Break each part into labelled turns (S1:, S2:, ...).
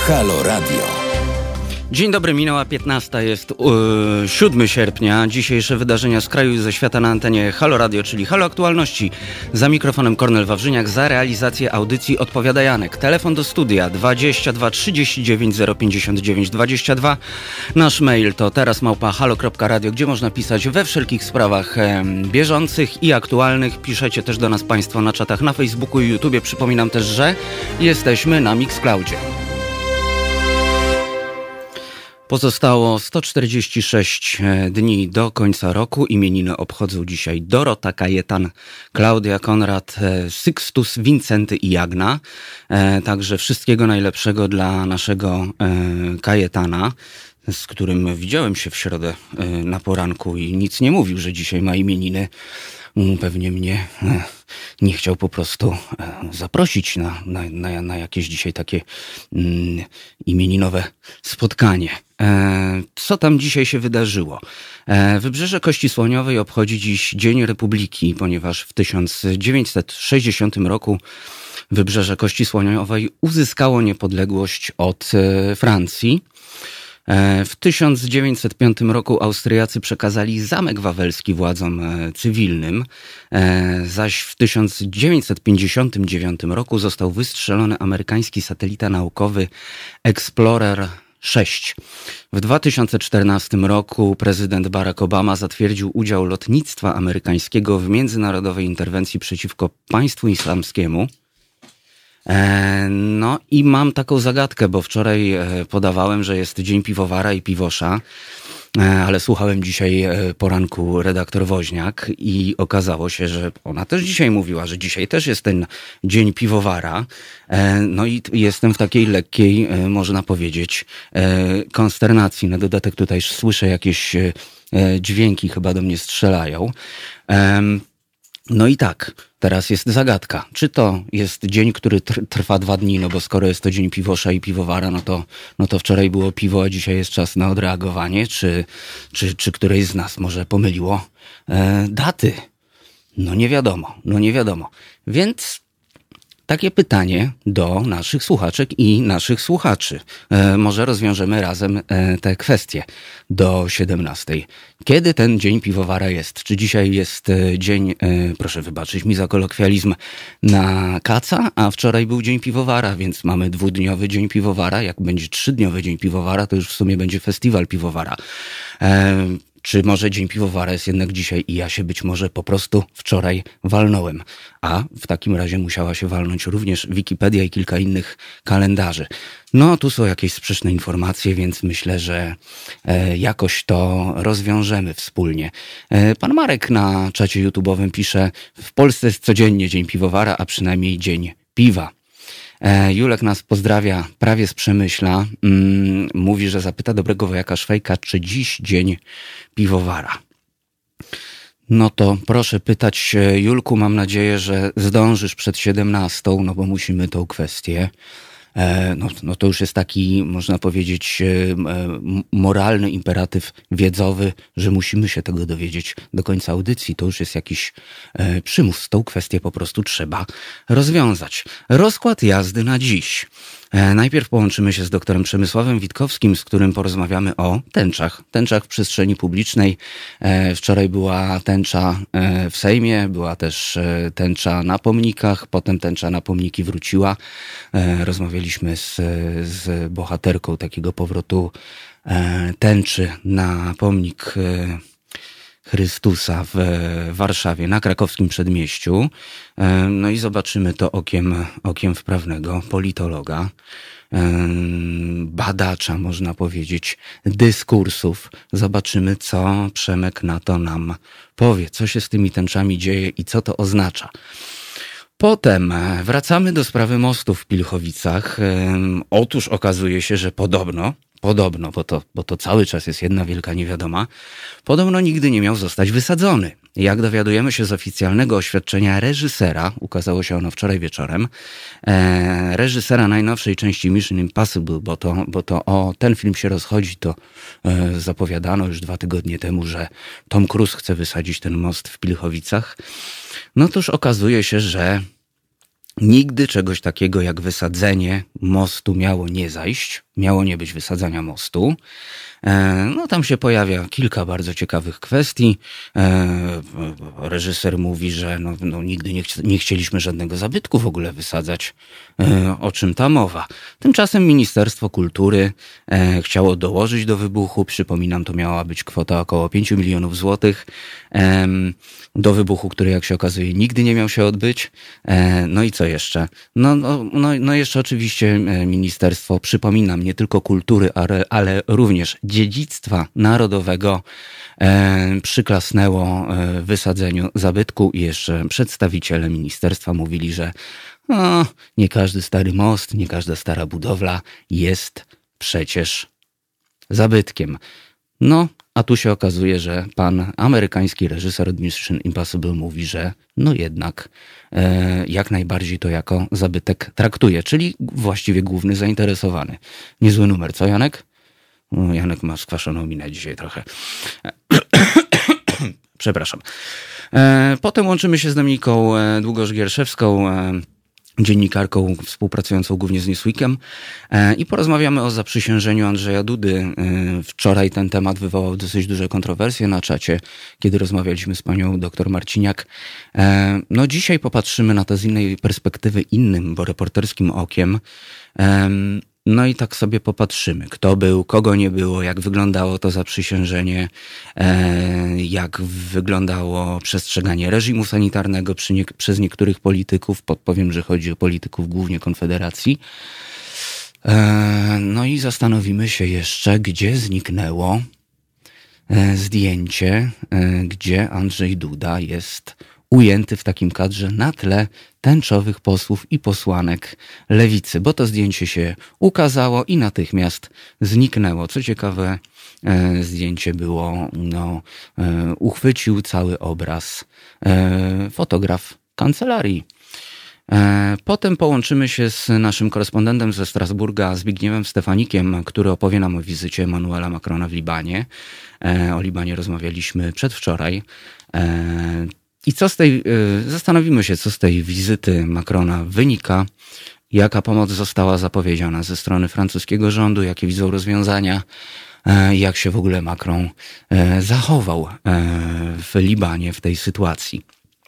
S1: Halo Radio.
S2: Dzień dobry, minęła 15, jest 7 sierpnia. Dzisiejsze wydarzenia z kraju i ze świata na antenie Halo Radio, czyli Halo Aktualności. Za mikrofonem Kornel Wawrzyniak, za realizację audycji odpowiada Janek. Telefon do studia 22 39 059 22. Nasz mail to teraz@halo.radio, gdzie można pisać we wszelkich sprawach bieżących i aktualnych. Piszecie też do nas Państwo na czatach na Facebooku i YouTubie. Przypominam też, że jesteśmy na Mixcloudzie. Pozostało 146 dni do końca roku. Imieniny obchodzą dzisiaj Dorota, Kajetan, Klaudia, Konrad, Sykstus, Wincenty i Jagna. Także wszystkiego najlepszego dla naszego Kajetana, z którym widziałem się w środę na poranku i nic nie mówił, że dzisiaj ma imieniny. Pewnie mnie nie chciał po prostu zaprosić na jakieś dzisiaj takie imieninowe spotkanie. Co tam dzisiaj się wydarzyło? Wybrzeże Kości Słoniowej obchodzi dziś Dzień Republiki, ponieważ w 1960 roku Wybrzeże Kości Słoniowej uzyskało niepodległość od Francji. W 1905 roku Austriacy przekazali Zamek Wawelski władzom cywilnym, zaś w 1959 roku został wystrzelony amerykański satelita naukowy Explorer 6. W 2014 roku prezydent Barack Obama zatwierdził udział lotnictwa amerykańskiego w międzynarodowej interwencji przeciwko państwu islamskiemu. No i mam taką zagadkę, bo wczoraj podawałem, że jest Dzień Piwowara i Piwosza, ale słuchałem dzisiaj poranku redaktor Woźniak i okazało się, że ona też dzisiaj mówiła, że dzisiaj też jest ten Dzień Piwowara. No i jestem w takiej lekkiej, można powiedzieć, konsternacji. Na dodatek tutaj słyszę jakieś dźwięki, chyba do mnie strzelają. No i tak, teraz jest zagadka. Czy to jest dzień, który trwa 2 dni, no bo skoro jest to Dzień Piwosza i Piwowara, no to wczoraj było piwo, a dzisiaj jest czas na odreagowanie, czy któreś z nas może pomyliło daty? No nie wiadomo. Więc takie pytanie do naszych słuchaczek i naszych słuchaczy. Może rozwiążemy razem te kwestie do 17. Kiedy ten Dzień Piwowara jest? Czy dzisiaj jest dzień, proszę wybaczyć mi za kolokwializm, na kaca, a wczoraj był Dzień Piwowara, więc mamy 2-dniowy Dzień Piwowara. Jak będzie 3-dniowy Dzień Piwowara, to już w sumie będzie Festiwal Piwowara. Czy może Dzień Piwowara jest jednak dzisiaj i ja się być może po prostu wczoraj walnąłem. A w takim razie musiała się walnąć również Wikipedia i kilka innych kalendarzy. No, tu są jakieś sprzeczne informacje, więc myślę, że jakoś to rozwiążemy wspólnie. Pan Marek na czacie YouTube'owym pisze: w Polsce jest codziennie Dzień Piwowara, a przynajmniej Dzień Piwa. Julek nas pozdrawia prawie z Przemyśla. Mówi, że zapyta dobrego wojaka Szwejka, czy dziś Dzień Piwowara. No to proszę pytać, Julku, mam nadzieję, że zdążysz przed 17, no bo musimy tą kwestię. No to już jest taki, można powiedzieć, moralny imperatyw wiedzowy, że musimy się tego dowiedzieć do końca audycji. To już jest jakiś przymus. Tą kwestię po prostu trzeba rozwiązać. Rozkład jazdy na dziś. Najpierw połączymy się z doktorem Przemysławem Witkowskim, z którym porozmawiamy o tęczach. Tęczach w przestrzeni publicznej. Wczoraj była tęcza w Sejmie, była też tęcza na pomnikach, potem tęcza na pomniki wróciła. Rozmawialiśmy z bohaterką takiego powrotu tęczy na pomnik Chrystusa w Warszawie, na krakowskim przedmieściu. No i zobaczymy to okiem wprawnego politologa, badacza, można powiedzieć, dyskursów. Zobaczymy, co Przemek na to nam powie, co się z tymi tęczami dzieje i co to oznacza. Potem wracamy do sprawy mostu w Pilchowicach. Otóż okazuje się, że podobno, bo to cały czas jest jedna wielka niewiadoma, podobno nigdy nie miał zostać wysadzony. Jak dowiadujemy się z oficjalnego oświadczenia reżysera, ukazało się ono wczoraj wieczorem, reżysera najnowszej części Mission Impossible, bo to o ten film się rozchodzi, to zapowiadano już 2 tygodnie temu, że Tom Cruise chce wysadzić ten most w Pilchowicach. No toż okazuje się, że Nigdy czegoś takiego jak wysadzenie mostu miało nie zajść, miało nie być wysadzania mostu. No tam się pojawia kilka bardzo ciekawych kwestii. Reżyser mówi, że nigdy nie chcieliśmy żadnego zabytku w ogóle wysadzać. O czym ta mowa? Tymczasem Ministerstwo Kultury chciało dołożyć do wybuchu. Przypominam, to miała być kwota około 5 milionów złotych. Do wybuchu, który jak się okazuje nigdy nie miał się odbyć. No i co jeszcze? No jeszcze oczywiście ministerstwo, przypominam, nie tylko kultury, ale również dziedzictwa narodowego przyklasnęło wysadzeniu zabytku i jeszcze przedstawiciele ministerstwa mówili, że nie każdy stary most, nie każda stara budowla jest przecież zabytkiem. No, a tu się okazuje, że pan amerykański reżyser od Mission Impossible mówi, że jednak jak najbardziej to jako zabytek traktuje, czyli właściwie główny zainteresowany. Niezły numer, co Janek? Janek ma skwaszoną minę dzisiaj trochę. Przepraszam. Potem łączymy się z Dominiką Długosz-Gierszewską, dziennikarką współpracującą głównie z Newsweekiem i porozmawiamy o zaprzysiężeniu Andrzeja Dudy. Wczoraj ten temat wywołał dosyć duże kontrowersje na czacie, kiedy rozmawialiśmy z panią dr Marciniak. No dzisiaj popatrzymy na to z innej perspektywy, innym, bo reporterskim okiem. No i tak sobie popatrzymy, kto był, kogo nie było, jak wyglądało to zaprzysiężenie, jak wyglądało przestrzeganie reżimu sanitarnego przez niektórych polityków. Podpowiem, że chodzi o polityków głównie Konfederacji. No i zastanowimy się jeszcze, gdzie zniknęło zdjęcie, gdzie Andrzej Duda jest ujęty w takim kadrze na tle tęczowych posłów i posłanek lewicy, bo to zdjęcie się ukazało i natychmiast zniknęło. Co ciekawe, zdjęcie było, uchwycił cały obraz fotograf kancelarii. Potem połączymy się z naszym korespondentem ze Strasburga, Zbigniewem Stefanikiem, który opowie nam o wizycie Emmanuela Macrona w Libanie. O Libanie rozmawialiśmy przedwczoraj. I zastanowimy się, co z tej wizyty Macrona wynika, jaka pomoc została zapowiedziana ze strony francuskiego rządu, jakie widzą rozwiązania, jak się w ogóle Macron zachował w Libanie w tej sytuacji.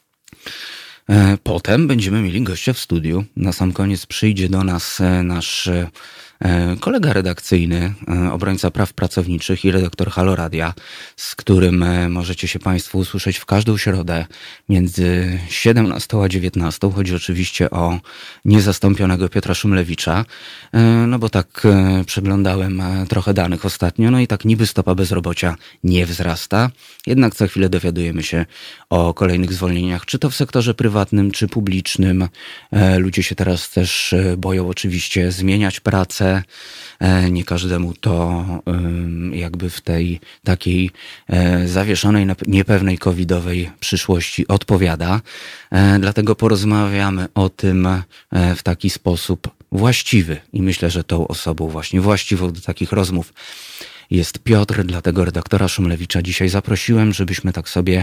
S2: Potem będziemy mieli gościa w studiu. Na sam koniec przyjdzie do nas nasz kolega redakcyjny, obrońca praw pracowniczych i redaktor Halo Radia, z którym możecie się Państwo usłyszeć w każdą środę między 17 a 19. Chodzi oczywiście o niezastąpionego Piotra Szumlewicza, no bo tak przeglądałem trochę danych ostatnio, no i tak niby stopa bezrobocia nie wzrasta, jednak co chwilę dowiadujemy się o kolejnych zwolnieniach, czy to w sektorze prywatnym, czy publicznym. Ludzie się teraz też boją oczywiście zmieniać pracę. Nie każdemu to jakby w tej takiej zawieszonej, niepewnej covidowej przyszłości odpowiada. Dlatego porozmawiamy o tym w taki sposób właściwy i myślę, że tą osobą właśnie właściwą do takich rozmów jest Piotr, dlatego redaktora Szumlewicza dzisiaj zaprosiłem, żebyśmy tak sobie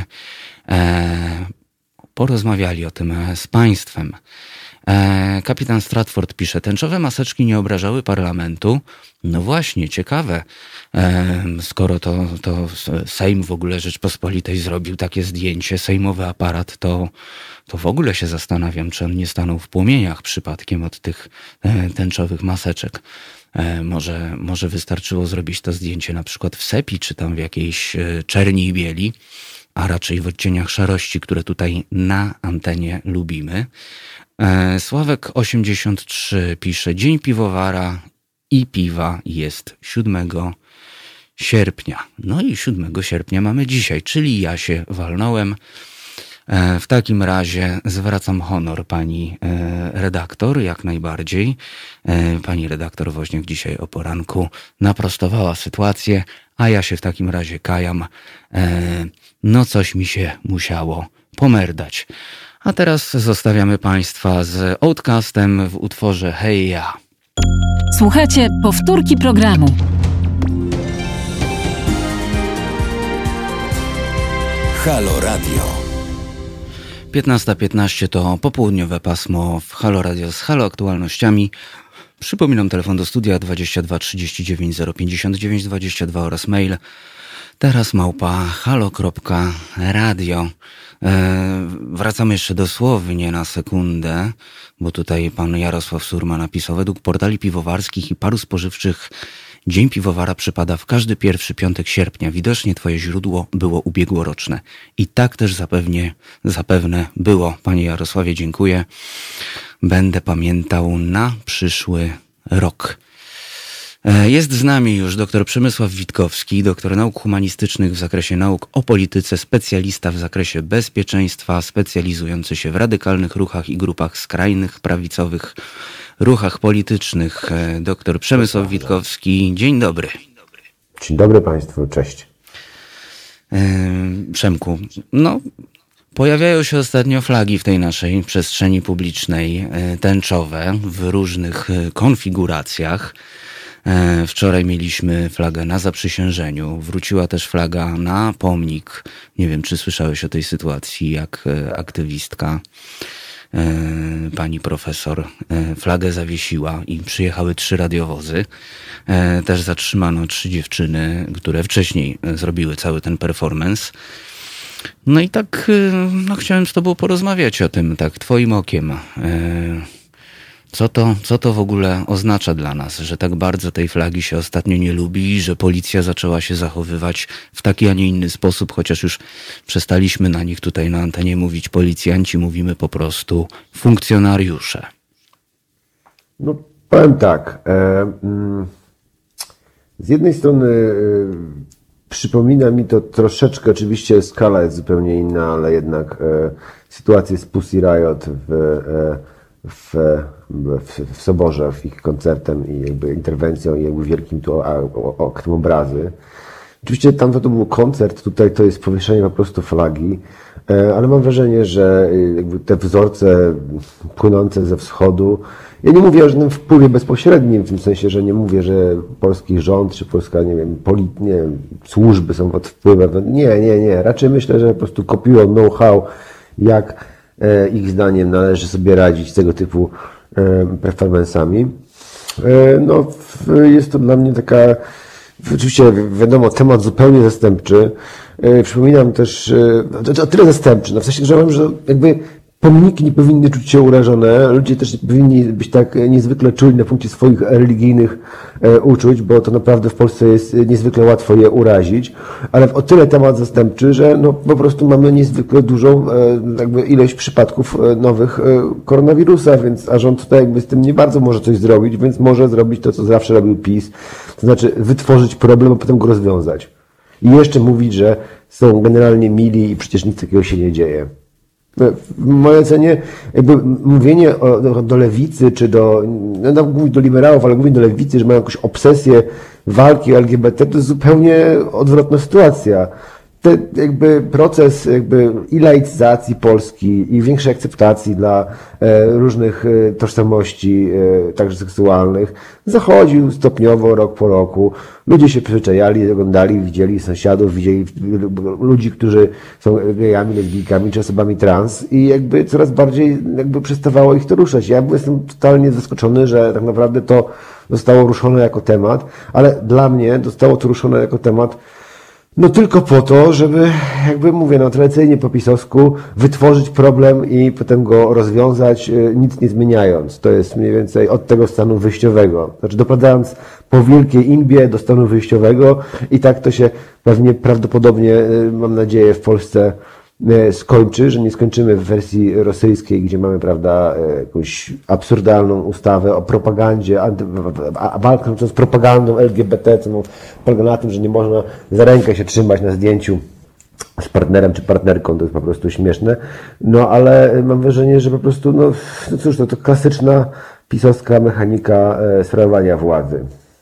S2: porozmawiali o tym z Państwem. Kapitan Stratford pisze, tęczowe maseczki nie obrażały parlamentu. No właśnie, ciekawe. Skoro to Sejm w ogóle Rzeczpospolitej zrobił takie zdjęcie, sejmowy aparat, to w ogóle się zastanawiam, czy on nie stanął w płomieniach przypadkiem od tych tęczowych maseczek. Może wystarczyło zrobić to zdjęcie na przykład w sepi, czy tam w jakiejś czerni i bieli, a raczej w odcieniach szarości, które tutaj na antenie lubimy. Sławek 83 pisze, Dzień Piwowara i piwa jest 7 sierpnia. No i 7 sierpnia mamy dzisiaj, czyli ja się walnąłem. W takim razie zwracam honor pani redaktor, jak najbardziej. Pani redaktor Woźniak dzisiaj o poranku naprostowała sytuację, a ja się w takim razie kajam. No coś mi się musiało pomerdać. A teraz zostawiamy Państwa z Outcastem w utworze Hej ja.
S1: Słuchajcie, powtórki programu.
S3: Halo Radio.
S2: 15:15 to popołudniowe pasmo w Halo Radio z Halo Aktualnościami. Przypominam, telefon do studia 22 39 059 22 oraz mail teraz @halo.radio. Wracamy jeszcze dosłownie na sekundę, bo tutaj pan Jarosław Surma napisał: według portali piwowarskich i paru spożywczych Dzień Piwowara przypada w każdy pierwszy piątek sierpnia. Widocznie twoje źródło było ubiegłoroczne. I tak też zapewne było. Panie Jarosławie, dziękuję. Będę pamiętał na przyszły rok. Jest z nami już dr Przemysław Witkowski, doktor nauk humanistycznych w zakresie nauk o polityce, specjalista w zakresie bezpieczeństwa, specjalizujący się w radykalnych ruchach i grupach skrajnych, prawicowych ruchach politycznych. Dr Przemysław Witkowski, dzień dobry.
S3: Dzień dobry Państwu, cześć.
S2: Przemku, pojawiają się ostatnio flagi w tej naszej przestrzeni publicznej, tęczowe, w różnych konfiguracjach. Wczoraj mieliśmy flagę na zaprzysiężeniu. Wróciła też flaga na pomnik. Nie wiem, czy słyszałeś o tej sytuacji, jak aktywistka, pani profesor, flagę zawiesiła i przyjechały 3 radiowozy. Też zatrzymano 3 dziewczyny, które wcześniej zrobiły cały ten performance. No i tak, chciałem z tobą porozmawiać o tym, tak twoim okiem. Co to w ogóle oznacza dla nas, że tak bardzo tej flagi się ostatnio nie lubi i że policja zaczęła się zachowywać w taki, a nie inny sposób, chociaż już przestaliśmy na nich tutaj na antenie mówić policjanci, mówimy po prostu funkcjonariusze.
S3: Powiem tak. Z jednej strony przypomina mi to troszeczkę, oczywiście skala jest zupełnie inna, ale jednak sytuację z Pussy Riot w Soborze, w ich koncertem i jakby interwencją i jakby wielkim tu aktem obrazy. Oczywiście tam to był koncert, tutaj to jest powieszenie po prostu flagi, ale mam wrażenie, że jakby te wzorce płynące ze wschodu, ja nie mówię o żadnym wpływie bezpośrednim, w tym sensie, że nie mówię, że polski rząd czy polska, służby są pod wpływem. Nie. Raczej myślę, że po prostu kopiują know-how, jak ich zdaniem należy sobie radzić z tego typu performance'ami. Jest to dla mnie taka, oczywiście wiadomo, temat zupełnie zastępczy. Przypominam też, o tyle zastępczy, w sensie, że uważam, że jakby pomniki nie powinny czuć się urażone, ludzie też nie powinni być tak niezwykle czuli na punkcie swoich religijnych uczuć, bo to naprawdę w Polsce jest niezwykle łatwo je urazić, ale o tyle temat zastępczy, że po prostu mamy niezwykle dużą jakby ilość przypadków nowych koronawirusa, a rząd tutaj jakby z tym nie bardzo może coś zrobić, więc może zrobić to, co zawsze robił PiS, to znaczy wytworzyć problem, a potem go rozwiązać. I jeszcze mówić, że są generalnie mili i przecież nic takiego się nie dzieje. W mojej ocenie jakby mówienie do lewicy, czy mówię do liberałów, ale mówię do lewicy, że mają jakąś obsesję walki LGBT, to jest zupełnie odwrotna sytuacja. Ten jakby proces jakby i laicyzacji Polski i większej akceptacji dla różnych tożsamości, także seksualnych, zachodził stopniowo, rok po roku. Ludzie się przyzwyczajali, oglądali, widzieli sąsiadów, widzieli ludzi, którzy są gejami, lesbijkami czy osobami trans i jakby coraz bardziej jakby przestawało ich to ruszać. Ja jestem totalnie zaskoczony, że tak naprawdę to zostało ruszone jako temat, ale dla mnie zostało to ruszone jako temat tylko po to, żeby, jakby mówię, tradycyjnie po pisowsku, wytworzyć problem i potem go rozwiązać, nic nie zmieniając. To jest mniej więcej od tego stanu wyjściowego. Znaczy doprowadzając po wielkiej inbie do stanu wyjściowego i tak to się prawdopodobnie, mam nadzieję, w Polsce skończy, że nie skończymy w wersji rosyjskiej, gdzie mamy, jakąś absurdalną ustawę o propagandzie, walcząc z propagandą LGBT, co polega na tym, że nie można za rękę się trzymać na zdjęciu z partnerem czy partnerką, to jest po prostu śmieszne. Ale mam wrażenie, że po prostu, cóż, to klasyczna pisowska mechanika sprawowania władzy.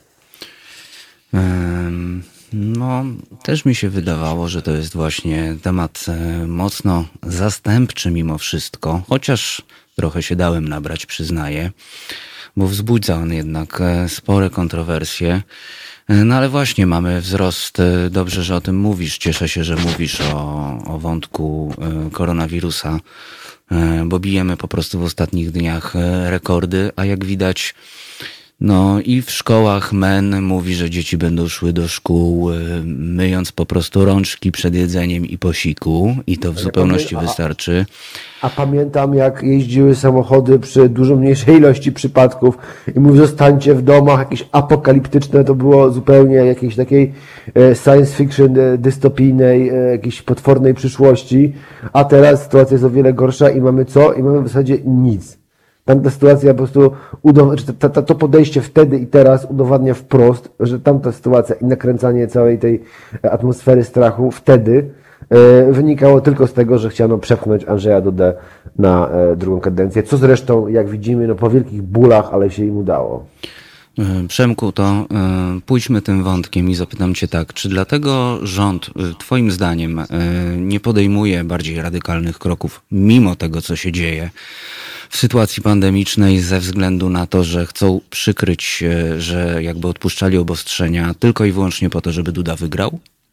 S2: Też mi się wydawało, że to jest właśnie temat mocno zastępczy mimo wszystko, chociaż trochę się dałem nabrać, przyznaję, bo wzbudza on jednak spore kontrowersje. Ale właśnie mamy wzrost, dobrze, że o tym mówisz, cieszę się, że mówisz o wątku koronawirusa bo bijemy po prostu w ostatnich dniach rekordy, a jak widać, no i w szkołach MEN mówi, że dzieci będą szły do szkół myjąc po prostu rączki przed jedzeniem i po siku i to w zupełności wystarczy.
S3: A pamiętam, jak jeździły samochody przy dużo mniejszej ilości przypadków i mówił, zostańcie w domach, jakieś apokaliptyczne, to było zupełnie jakiejś takiej science fiction dystopijnej, jakiejś potwornej przyszłości, a teraz sytuacja jest o wiele gorsza i mamy co? I mamy w zasadzie nic. Tamta sytuacja po prostu, to podejście wtedy i teraz udowadnia wprost, że tamta sytuacja i nakręcanie całej tej atmosfery strachu wtedy wynikało tylko z tego, że chciano przepchnąć Andrzeja Dudę na drugą kadencję, co zresztą, jak widzimy, no po wielkich bólach, ale się im udało.
S2: Przemku, to pójdźmy tym wątkiem i zapytam cię tak, czy dlatego rząd, twoim zdaniem, nie podejmuje bardziej radykalnych kroków, mimo tego, co się dzieje w sytuacji pandemicznej, ze względu na to, że chcą przykryć, że jakby odpuszczali obostrzenia tylko i wyłącznie po to, żeby Duda wygrał?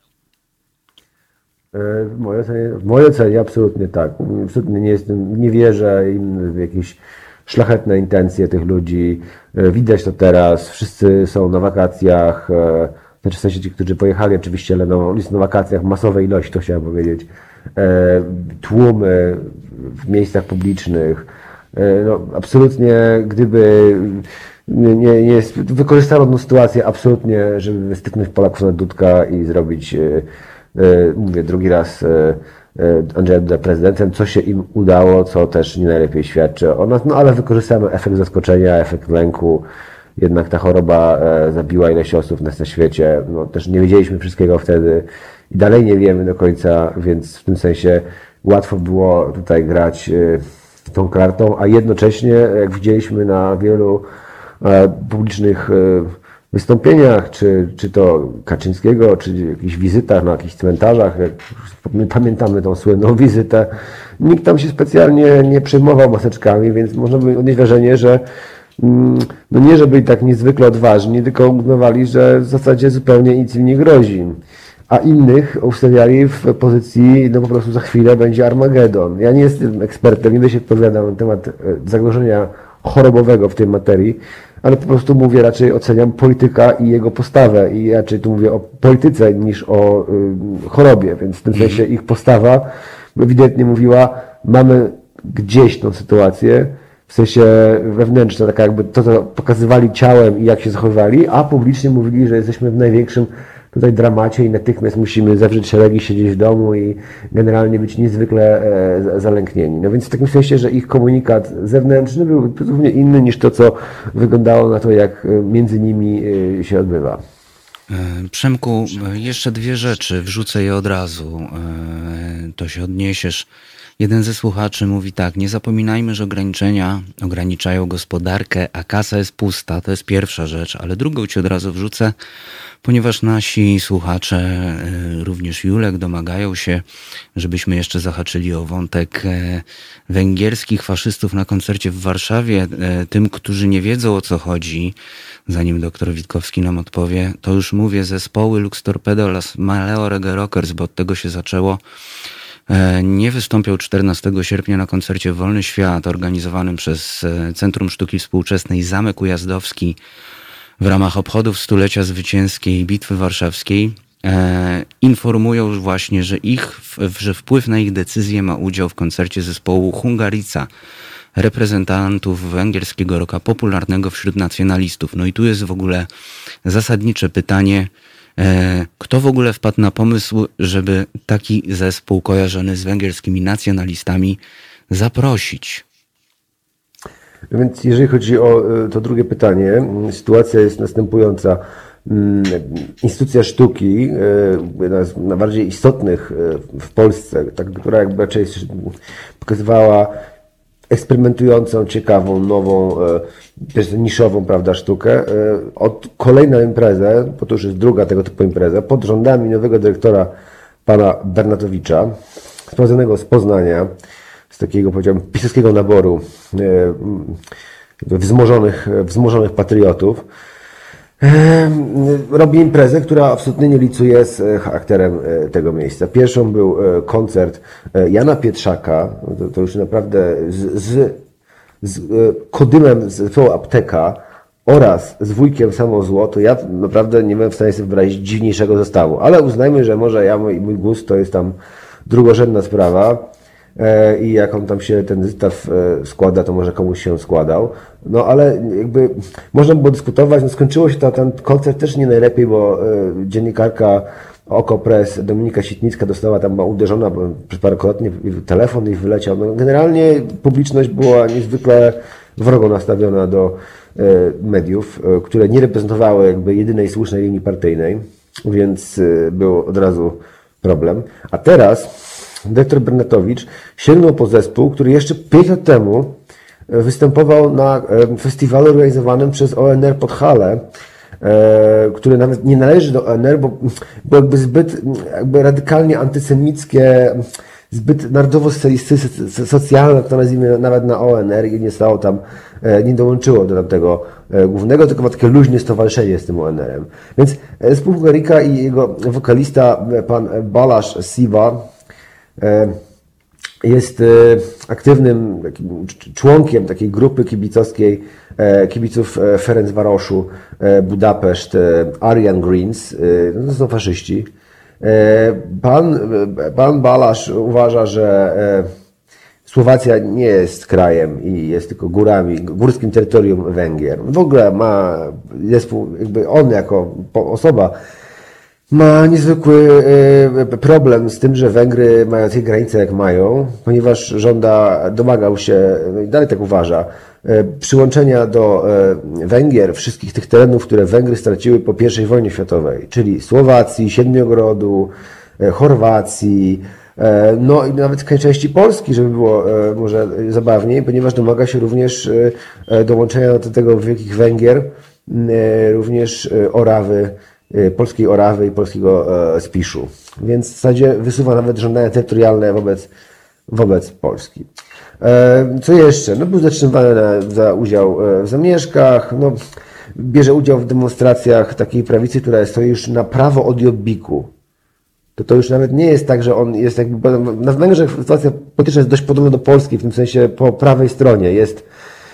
S3: W mojej ocenie absolutnie tak. Absolutnie nie wierzę im w jakieś szlachetne intencje tych ludzi. Widać to teraz. Wszyscy są na wakacjach. Znaczy w sensie ci, którzy pojechali oczywiście, ale na wakacjach masowej ilości, to chciałem powiedzieć. Tłumy w miejscach publicznych. No, absolutnie, gdyby nie wykorzystano tę sytuację absolutnie, żeby wystypnąć Polaków na Dudka i zrobić, mówię drugi raz, Andrzeja Dudę prezydentem, co się im udało, co też nie najlepiej świadczy o nas, no ale wykorzystamy efekt zaskoczenia, efekt lęku. Jednak ta choroba zabiła ileś osób na świecie, no też nie wiedzieliśmy wszystkiego wtedy i dalej nie wiemy do końca, więc w tym sensie łatwo było tutaj grać tą kartą, a jednocześnie, jak widzieliśmy na wielu publicznych wystąpieniach, czy to Kaczyńskiego, czy jakichś wizytach na jakichś cmentarzach, jak pamiętamy tą słynną wizytę, nikt tam się specjalnie nie przejmował maseczkami, więc można by odnieść wrażenie, że no nie, że byli tak niezwykle odważni, tylko uznawali, że w zasadzie zupełnie nic im nie grozi. A innych ustawiali w pozycji, no po prostu za chwilę będzie Armagedon. Ja nie jestem ekspertem, nie się wypowiadam na temat zagrożenia chorobowego w tej materii, ale po prostu mówię, raczej oceniam polityka i jego postawę i raczej tu mówię o polityce niż o chorobie, więc w tym sensie ich postawa ewidentnie mówiła, mamy gdzieś tą sytuację, w sensie wewnętrzne, taka jakby to, co pokazywali ciałem i jak się zachowywali, a publicznie mówili, że jesteśmy w największym tutaj dramacie i natychmiast musimy zawrzeć szeregi, siedzieć w domu i generalnie być niezwykle zalęknieni. No więc w takim sensie, że ich komunikat zewnętrzny był zupełnie inny niż to, co wyglądało na to, jak między nimi się odbywa.
S2: Przemku, jeszcze dwie rzeczy, wrzucę je od razu, to się odniesiesz. Jeden ze słuchaczy mówi tak, nie zapominajmy, że ograniczenia ograniczają gospodarkę, a kasa jest pusta, to jest pierwsza rzecz, ale drugą ci od razu wrzucę, ponieważ nasi słuchacze, również Julek, domagają się, żebyśmy jeszcze zahaczyli o wątek węgierskich faszystów na koncercie w Warszawie. Tym, którzy nie wiedzą, o co chodzi, zanim doktor Witkowski nam odpowie, to już mówię zespoły Lux Torpedo oraz Maleo Reggae Rockers, bo od tego się zaczęło. Nie wystąpią 14 sierpnia na koncercie Wolny Świat organizowanym przez Centrum Sztuki Współczesnej Zamek Ujazdowski w ramach obchodów stulecia zwycięskiej Bitwy Warszawskiej. Informują właśnie, że wpływ na ich decyzję ma udział w koncercie zespołu Hungarica, reprezentantów węgierskiego rocka popularnego wśród nacjonalistów. No i tu jest w ogóle zasadnicze pytanie, kto w ogóle wpadł na pomysł, żeby taki zespół kojarzony z węgierskimi nacjonalistami zaprosić?
S3: Więc jeżeli chodzi o to drugie pytanie, sytuacja jest następująca. Instytucja sztuki, jedna z najbardziej istotnych w Polsce, która jakby raczej pokazywała eksperymentującą, ciekawą, nową, też niszową, prawda, sztukę. Od kolejną imprezę, bo to już jest druga tego typu impreza, pod rządami nowego dyrektora pana Bernatowicza, sprowadzonego z Poznania, z takiego, powiedziałbym, pisowskiego naboru wzmożonych patriotów. Robi imprezę, która absolutnie nie licuje z charakterem tego miejsca. Pierwszą był koncert Jana Pietrzaka, to już naprawdę z Kodymem z zespołu Apteka oraz z Wujkiem Samo Zło, to ja naprawdę nie byłem w stanie sobie wyobrazić dziwniejszego zestawu. Ale uznajmy, że może ja i mój gust to jest tam drugorzędna sprawa. I jak on tam się ten zestaw składa, to może komuś się składał. No ale jakby można było dyskutować, no skończyło się ten koncert też nie najlepiej, bo dziennikarka Okopres Dominika Sitnicka dostała tam uderzona parokrotnie telefon i wyleciał. No generalnie publiczność była niezwykle wrogo nastawiona do mediów, które nie reprezentowały jakby jedynej słusznej linii partyjnej, więc był od razu problem. A teraz dyrektor Bernatowicz sięgnął po zespół, który jeszcze 5 lat temu występował na festiwalu organizowanym przez ONR Podhale, który nawet nie należy do ONR, bo jakby zbyt jakby radykalnie antysemickie, zbyt narodowo-socjalne, to nazwijmy nawet na ONR i nie stało tam, nie dołączyło do tamtego głównego, tylko ma takie luźne stowarzyszenie z tym ONR-em. Więc zespół Hungarika i jego wokalista, pan Balázs Siva, jest aktywnym takim członkiem takiej grupy kibicowskiej kibiców Ferencvaroszu Budapeszt, Aryan Greens, to są faszyści. Pan Balázs uważa, że Słowacja nie jest krajem i jest tylko górskim terytorium Węgier. W ogóle ma zespół, jakby on jako osoba ma niezwykły problem z tym, że Węgry mają takie granice jak mają, ponieważ domagał się, no i dalej tak uważa, przyłączenia do Węgier wszystkich tych terenów, które Węgry straciły po I wojnie światowej, czyli Słowacji, Siedmiogrodu, Chorwacji, no i nawet części Polski, żeby było może zabawniej, ponieważ domaga się również dołączenia do tego Wielkich Węgier, również polskiej Orawy i polskiego Spiszu. Więc w zasadzie wysuwa nawet żądania terytorialne wobec Polski. Co jeszcze? No, był zatrzymywany za udział w zamieszkach, no, bierze udział w demonstracjach takiej prawicy, która stoi już na prawo od Jobbiku. To już nawet nie jest tak, że on jest jakby, na Węgrzech sytuacja polityczna jest dość podobna do Polski, w tym sensie po prawej stronie jest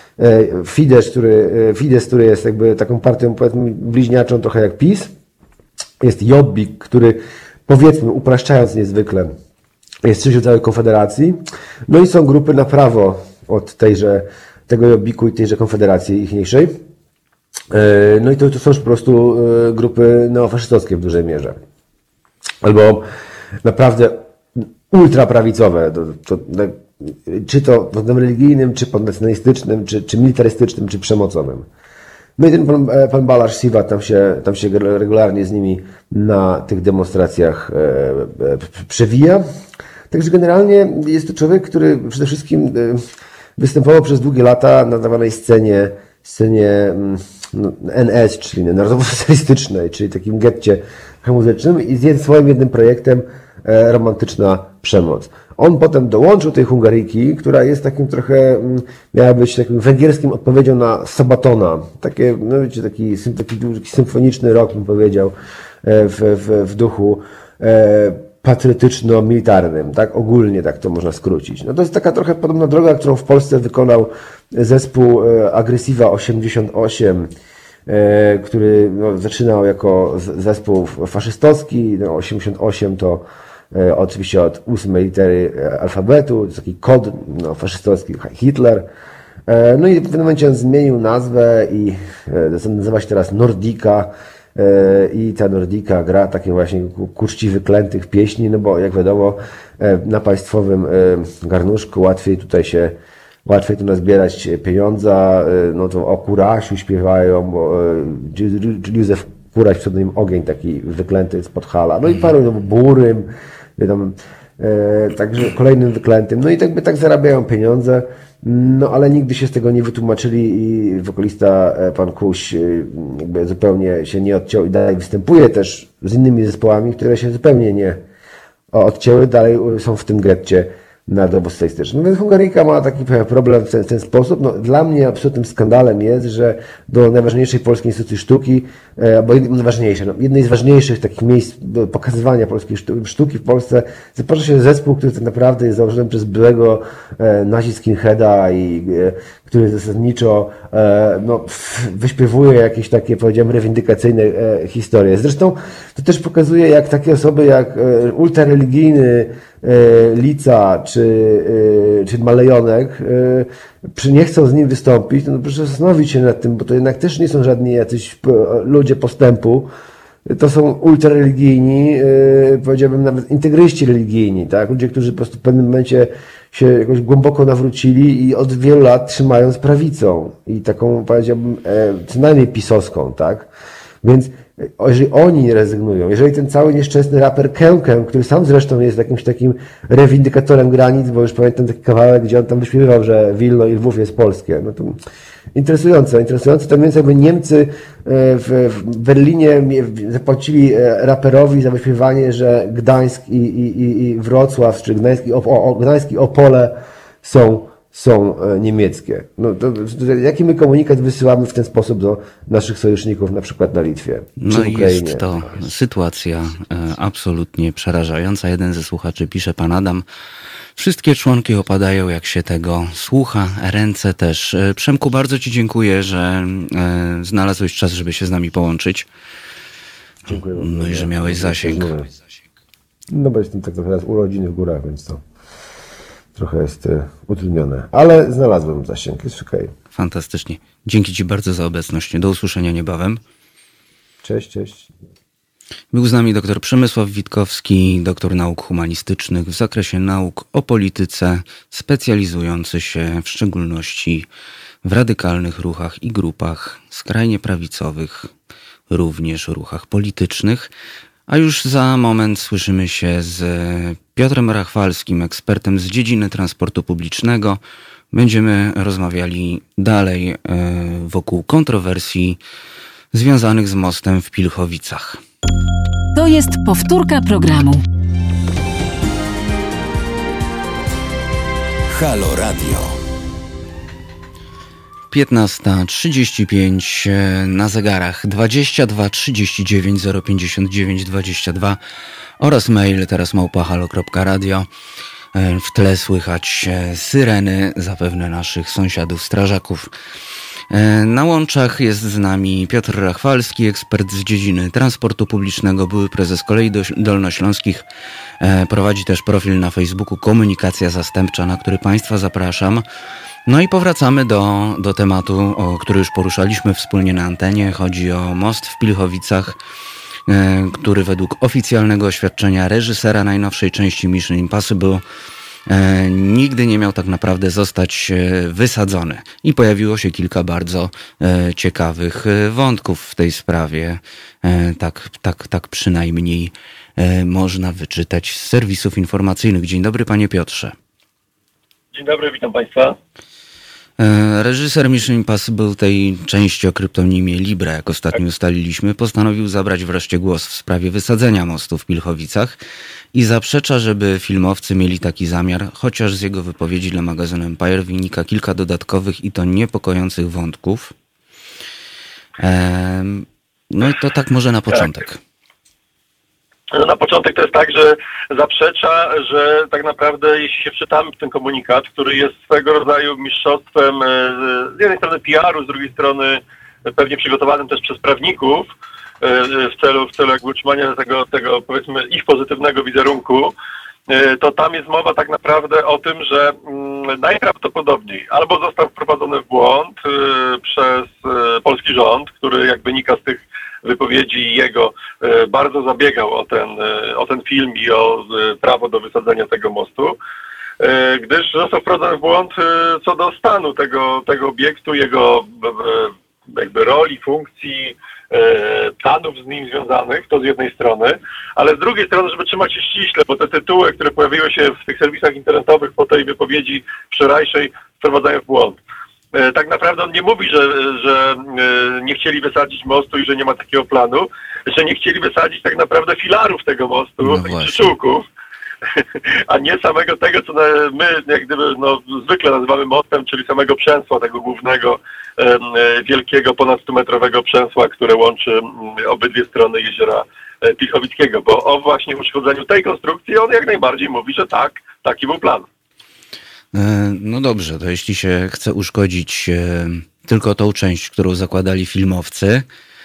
S3: Fidesz, który jest jakby taką partią, powiedzmy, bliźniaczą trochę jak PiS. Jest Jobbik, który, powiedzmy, upraszczając niezwykle, jest czymś rodzaju konfederacji. No i są grupy na prawo od tego Jobbiku i tejże konfederacji ichniejszej. No i to są już po prostu grupy neofaszystowskie w dużej mierze. Albo naprawdę ultraprawicowe, czy to pod względem religijnym, czy pod nacjonalistycznym, czy militarystycznym, czy przemocowym. No i ten pan Balázs Siva tam się regularnie z nimi na tych demonstracjach przewija. Także generalnie jest to człowiek, który przede wszystkim występował przez długie lata na tak zwanej scenie NS, czyli narodowo-socjalistycznej, czyli takim getcie muzycznym i z swoim jednym projektem Romantyczna Przemoc. On potem dołączył tej Hungariki, która jest takim trochę, miała być takim węgierskim odpowiedzią na Sabatona. Takie, no wiecie, taki symfoniczny rock, bym powiedział, w duchu patriotyczno-militarnym, tak? Ogólnie tak to można skrócić. No to jest taka trochę podobna droga, którą w Polsce wykonał zespół Agresiva 88, który zaczynał jako zespół faszystowski, 88 to oczywiście od 8 litery alfabetu, to jest taki kod faszystowski, Hitler. No i w pewnym momencie on zmienił nazwę i nazywa się teraz Nordika i ta Nordika gra takie właśnie ku czci wyklętych pieśni, no bo jak wiadomo na państwowym garnuszku łatwiej tu nazbierać pieniądza, no to o Kurasiu śpiewają, bo Józef Kuraś, pseudonim Ogień, taki wyklęty z Podhala, no i paru Burym, tam, także kolejnym wyklętym, no i tak zarabiają pieniądze, no ale nigdy się z tego nie wytłumaczyli i wokalista pan Kuś jakby zupełnie się nie odciął i dalej występuje też z innymi zespołami, które się zupełnie nie odcięły, dalej są w tym getcie na dowóz socjalistyczny. No więc Hungaryjka ma taki problem w ten sposób. No, dla mnie absolutnym skandalem jest, że do najważniejszej polskiej instytucji sztuki, albo najważniejszej, no, jednej z ważniejszych takich miejsc do pokazywania polskiej sztuki w Polsce zaprasza się zespół, który tak naprawdę jest założony przez byłego nazi-skinheada i który zasadniczo wyśpiewuje jakieś takie, powiedziałem, rewindykacyjne historie. Zresztą to też pokazuje, jak takie osoby jak ultrareligijny Lica czy Malejonek nie chcą z nim wystąpić, no proszę zastanowić się nad tym, bo to jednak też nie są żadni jacyś ludzie postępu. To są ultrareligijni, powiedziałbym nawet integryści religijni, tak? Ludzie, którzy po prostu w pewnym momencie się jakoś głęboko nawrócili i od wielu lat trzymają z prawicą i taką, powiedziałbym, co najmniej pisowską, tak? Więc jeżeli oni rezygnują, jeżeli ten cały nieszczęsny raper Kękę, który sam zresztą jest jakimś takim rewindykatorem granic, bo już pamiętam taki kawałek, gdzie on tam wyśpiewał, że Wilno i Lwów jest polskie. No to interesujące. Tym więcej jakby Niemcy w Berlinie zapłacili raperowi za wyśpiewanie, że Gdańsk i Wrocław, czy Gdańsk i Opole są niemieckie. No jaki my komunikat wysyłamy w ten sposób do naszych sojuszników, na przykład na Litwie, czy
S2: No
S3: w
S2: i
S3: Ukrainie?
S2: jest to sytuacja absolutnie przerażająca. Jeden ze słuchaczy pisze, pan Adam, wszystkie członki opadają, jak się tego słucha, ręce też. Przemku, bardzo ci dziękuję, że znalazłeś czas, żeby się z nami połączyć.
S3: Dziękuję bardzo.
S2: No i że miałeś zasięg.
S3: No bo jestem tak teraz urodziny w górach, więc to trochę jest utrudnione. Ale znalazłem zasięg, jest okej.
S2: Fantastycznie. Dzięki ci bardzo za obecność. Do usłyszenia niebawem.
S3: Cześć.
S2: Był z nami dr Przemysław Witkowski, doktor nauk humanistycznych w zakresie nauk o polityce, specjalizujący się w szczególności w radykalnych ruchach i grupach skrajnie prawicowych, również ruchach politycznych. A już za moment słyszymy się z Piotrem Rachwalskim, ekspertem z dziedziny transportu publicznego. Będziemy rozmawiali dalej wokół kontrowersji związanych z mostem w Pilchowicach.
S1: To jest powtórka programu.
S4: Halo Radio.
S2: 15:35 na zegarach, 22 39 059 22 oraz mail teraz @halo.radio. W tle słychać syreny, zapewne naszych sąsiadów strażaków. Na łączach jest z nami Piotr Rachwalski, ekspert z dziedziny transportu publicznego, były prezes Kolei Dolnośląskich. Prowadzi też profil na Facebooku Komunikacja Zastępcza, na który Państwa zapraszam. No i powracamy do tematu, który już poruszaliśmy wspólnie na antenie. Chodzi o most w Pilchowicach, który według oficjalnego oświadczenia reżysera najnowszej części Mission Impossible nigdy nie miał tak naprawdę zostać wysadzony. I pojawiło się kilka bardzo ciekawych wątków w tej sprawie. Tak przynajmniej można wyczytać z serwisów informacyjnych. Dzień dobry, panie Piotrze.
S5: Dzień dobry, witam Państwa.
S2: Reżyser Mission Impossible tej części o kryptonimie Libra, jak ostatnio ustaliliśmy, postanowił zabrać wreszcie głos w sprawie wysadzenia mostu w Pilchowicach i zaprzecza, żeby filmowcy mieli taki zamiar, chociaż z jego wypowiedzi dla magazynu Empire wynika kilka dodatkowych i to niepokojących wątków. No i to tak może na początek.
S5: No na początek to jest tak, że zaprzecza, że tak naprawdę jeśli się wczytamy w ten komunikat, który jest swego rodzaju mistrzostwem z jednej strony PR-u, z drugiej strony pewnie przygotowanym też przez prawników w celu jakby utrzymania tego powiedzmy ich pozytywnego wizerunku, to tam jest mowa tak naprawdę o tym, że najprawdopodobniej albo został wprowadzony w błąd przez polski rząd, który jak wynika z tych wypowiedzi jego bardzo zabiegał o ten film i o prawo do wysadzenia tego mostu, gdyż został wprowadzony w błąd co do stanu tego obiektu, jego jakby roli, funkcji, planów z nim związanych, to z jednej strony, ale z drugiej strony, żeby trzymać się ściśle, bo te tytuły, które pojawiły się w tych serwisach internetowych po tej wypowiedzi wczorajszej, wprowadzają w błąd. Tak naprawdę on nie mówi, że nie chcieli wysadzić mostu i że nie ma takiego planu, że nie chcieli wysadzić tak naprawdę filarów tego mostu, tych przyczółków, a nie samego tego, co my jak gdyby zwykle nazywamy mostem, czyli samego przęsła, tego głównego, wielkiego, ponad 100-metrowego przęsła, które łączy obydwie strony jeziora Pilchowickiego, bo o właśnie uszkodzeniu tej konstrukcji on jak najbardziej mówi, że tak, taki był plan.
S2: No dobrze, to jeśli się chce uszkodzić tylko tą część, którą zakładali filmowcy,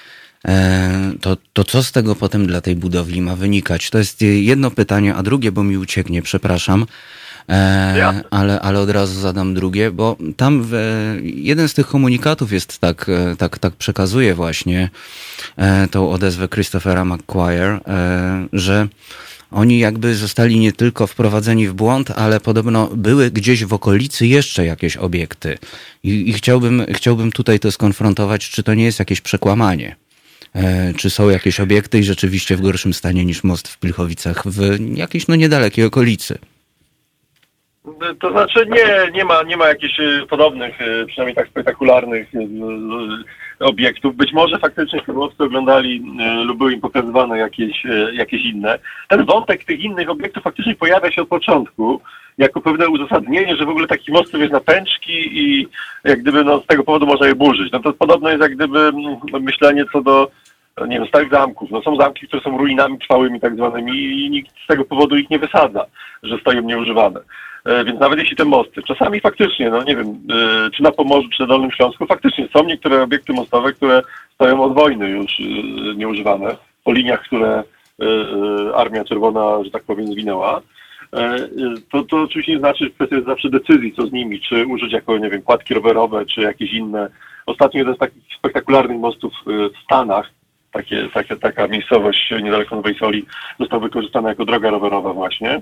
S2: to co z tego potem dla tej budowli ma wynikać? To jest jedno pytanie, a drugie, bo mi ucieknie, przepraszam, ale od razu zadam drugie, bo tam jeden z tych komunikatów jest tak przekazuje właśnie tą odezwę Christophera McQuire, że oni jakby zostali nie tylko wprowadzeni w błąd, ale podobno były gdzieś w okolicy jeszcze jakieś obiekty. I chciałbym tutaj to skonfrontować, czy to nie jest jakieś przekłamanie. Czy są jakieś obiekty i rzeczywiście w gorszym stanie niż most w Pilchowicach w jakiejś niedalekiej okolicy.
S5: To znaczy nie ma jakichś podobnych, przynajmniej tak spektakularnych obiektów. Być może faktycznie filmowcy oglądali lub były im pokazywane jakieś inne. Ten wątek tych innych obiektów faktycznie pojawia się od początku jako pewne uzasadnienie, że w ogóle taki most jest na pęczki i jak gdyby z tego powodu można je burzyć. No to podobno jest jak gdyby myślenie co do starych zamków. Są zamki, które są ruinami trwałymi tak zwanymi i nikt z tego powodu ich nie wysadza, że stoją nieużywane. Więc nawet jeśli te mosty, czasami faktycznie, nie wiem, czy na Pomorzu, czy na Dolnym Śląsku, faktycznie są niektóre obiekty mostowe, które stoją od wojny już nieużywane, po liniach, które Armia Czerwona, że tak powiem, zwinęła. To oczywiście nie znaczy, że kwestia jest zawsze decyzji, co z nimi, czy użyć jako, nie wiem, kładki rowerowe, czy jakieś inne. Ostatnio jeden z takich spektakularnych mostów w Stanach, taka miejscowość niedaleko Nowej Soli, został wykorzystana jako droga rowerowa właśnie.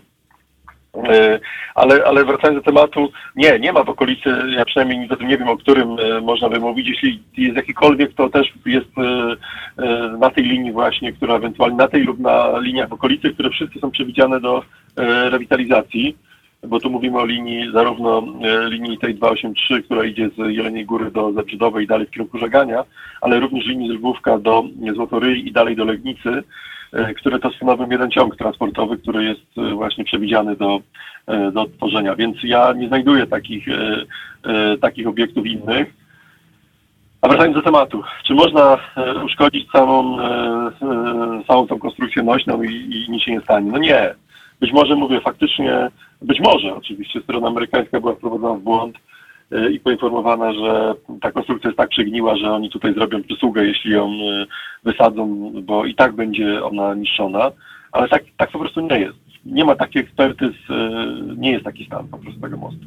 S5: Ale wracając do tematu, nie ma w okolicy, ja przynajmniej nic o tym nie wiem, o którym można by mówić. Jeśli jest jakikolwiek, to też jest na tej linii właśnie, która ewentualnie na tej lub na liniach w okolicy, które wszystkie są przewidziane do rewitalizacji, bo tu mówimy o linii, zarówno linii tej 283, która idzie z Jeleniej Góry do Zebrzydowej i dalej w kierunku Żegania, ale również linii z Lwówka do Złotoryi i dalej do Legnicy, które to stanowią jeden ciąg transportowy, który jest właśnie przewidziany do odtworzenia. Więc ja nie znajduję takich obiektów innych. A wracając do tematu, czy można uszkodzić całą tą konstrukcję nośną i nic się nie stanie? No nie. Być może mówię faktycznie, być może oczywiście strona amerykańska była wprowadzona w błąd i poinformowana, że ta konstrukcja jest tak przegniła, że oni tutaj zrobią przysługę, jeśli ją wysadzą, bo i tak będzie ona niszczona, ale tak po prostu nie jest. Nie ma takiej ekspertyz, nie jest taki stan po prostu tego mostu.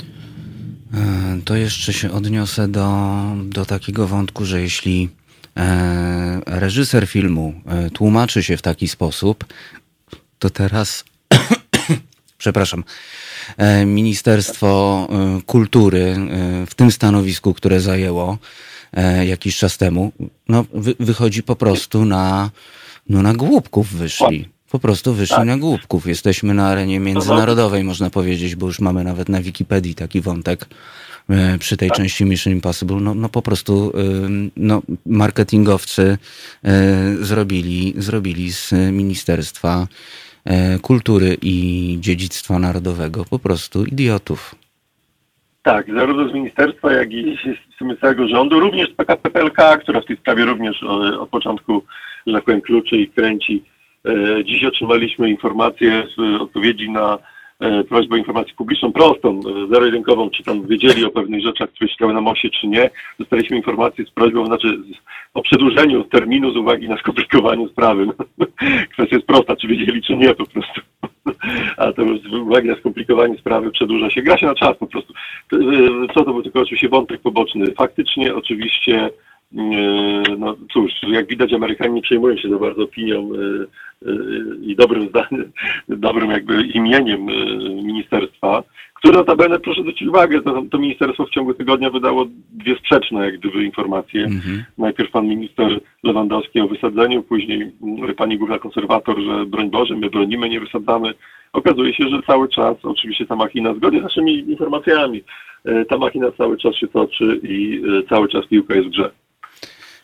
S2: To jeszcze się odniosę do takiego wątku, że jeśli reżyser filmu tłumaczy się w taki sposób, to teraz przepraszam, Ministerstwo Kultury w tym stanowisku, które zajęło jakiś czas temu, wychodzi po prostu na głupków wyszli. Po prostu wyszli na głupków. Jesteśmy na arenie międzynarodowej, można powiedzieć, bo już mamy nawet na Wikipedii taki wątek przy tej części Mission Impossible. Po prostu marketingowcy zrobili z Ministerstwa Kultury i Dziedzictwa Narodowego po prostu idiotów.
S5: Tak, zarówno z ministerstwa, jak i z sumie całego rządu, również z PKP PLK, która w tej sprawie również od początku, że tak powiem, kluczy i kręci. Dziś otrzymaliśmy informację z odpowiedzi na prośbę o informację publiczną prostą, zero-jedynkową, czy tam wiedzieli o pewnych rzeczach, które się działy na moście, czy nie. Dostaliśmy informację z prośbą, o przedłużeniu terminu z uwagi na skomplikowanie sprawy. Kwestia jest prosta, czy wiedzieli, czy nie po prostu. A to już z uwagi na skomplikowanie sprawy przedłuża się. Gra się na czas po prostu. Co to był tylko oczywiście wątek poboczny. Faktycznie oczywiście, cóż, jak widać Amerykanie nie przejmują się za bardzo opinią i dobrym jakby imieniem ministerstwa, które notabene, proszę zwrócić uwagę, to ministerstwo w ciągu tygodnia wydało dwie sprzeczne jak gdyby informacje. Najpierw pan minister Lewandowski o wysadzeniu, później pani główna konserwator, że broń Boże, my bronimy, nie wysadzamy. Okazuje się, że cały czas oczywiście ta machina, zgodnie z naszymi informacjami, ta machina cały czas się toczy i cały czas piłka jest w grze.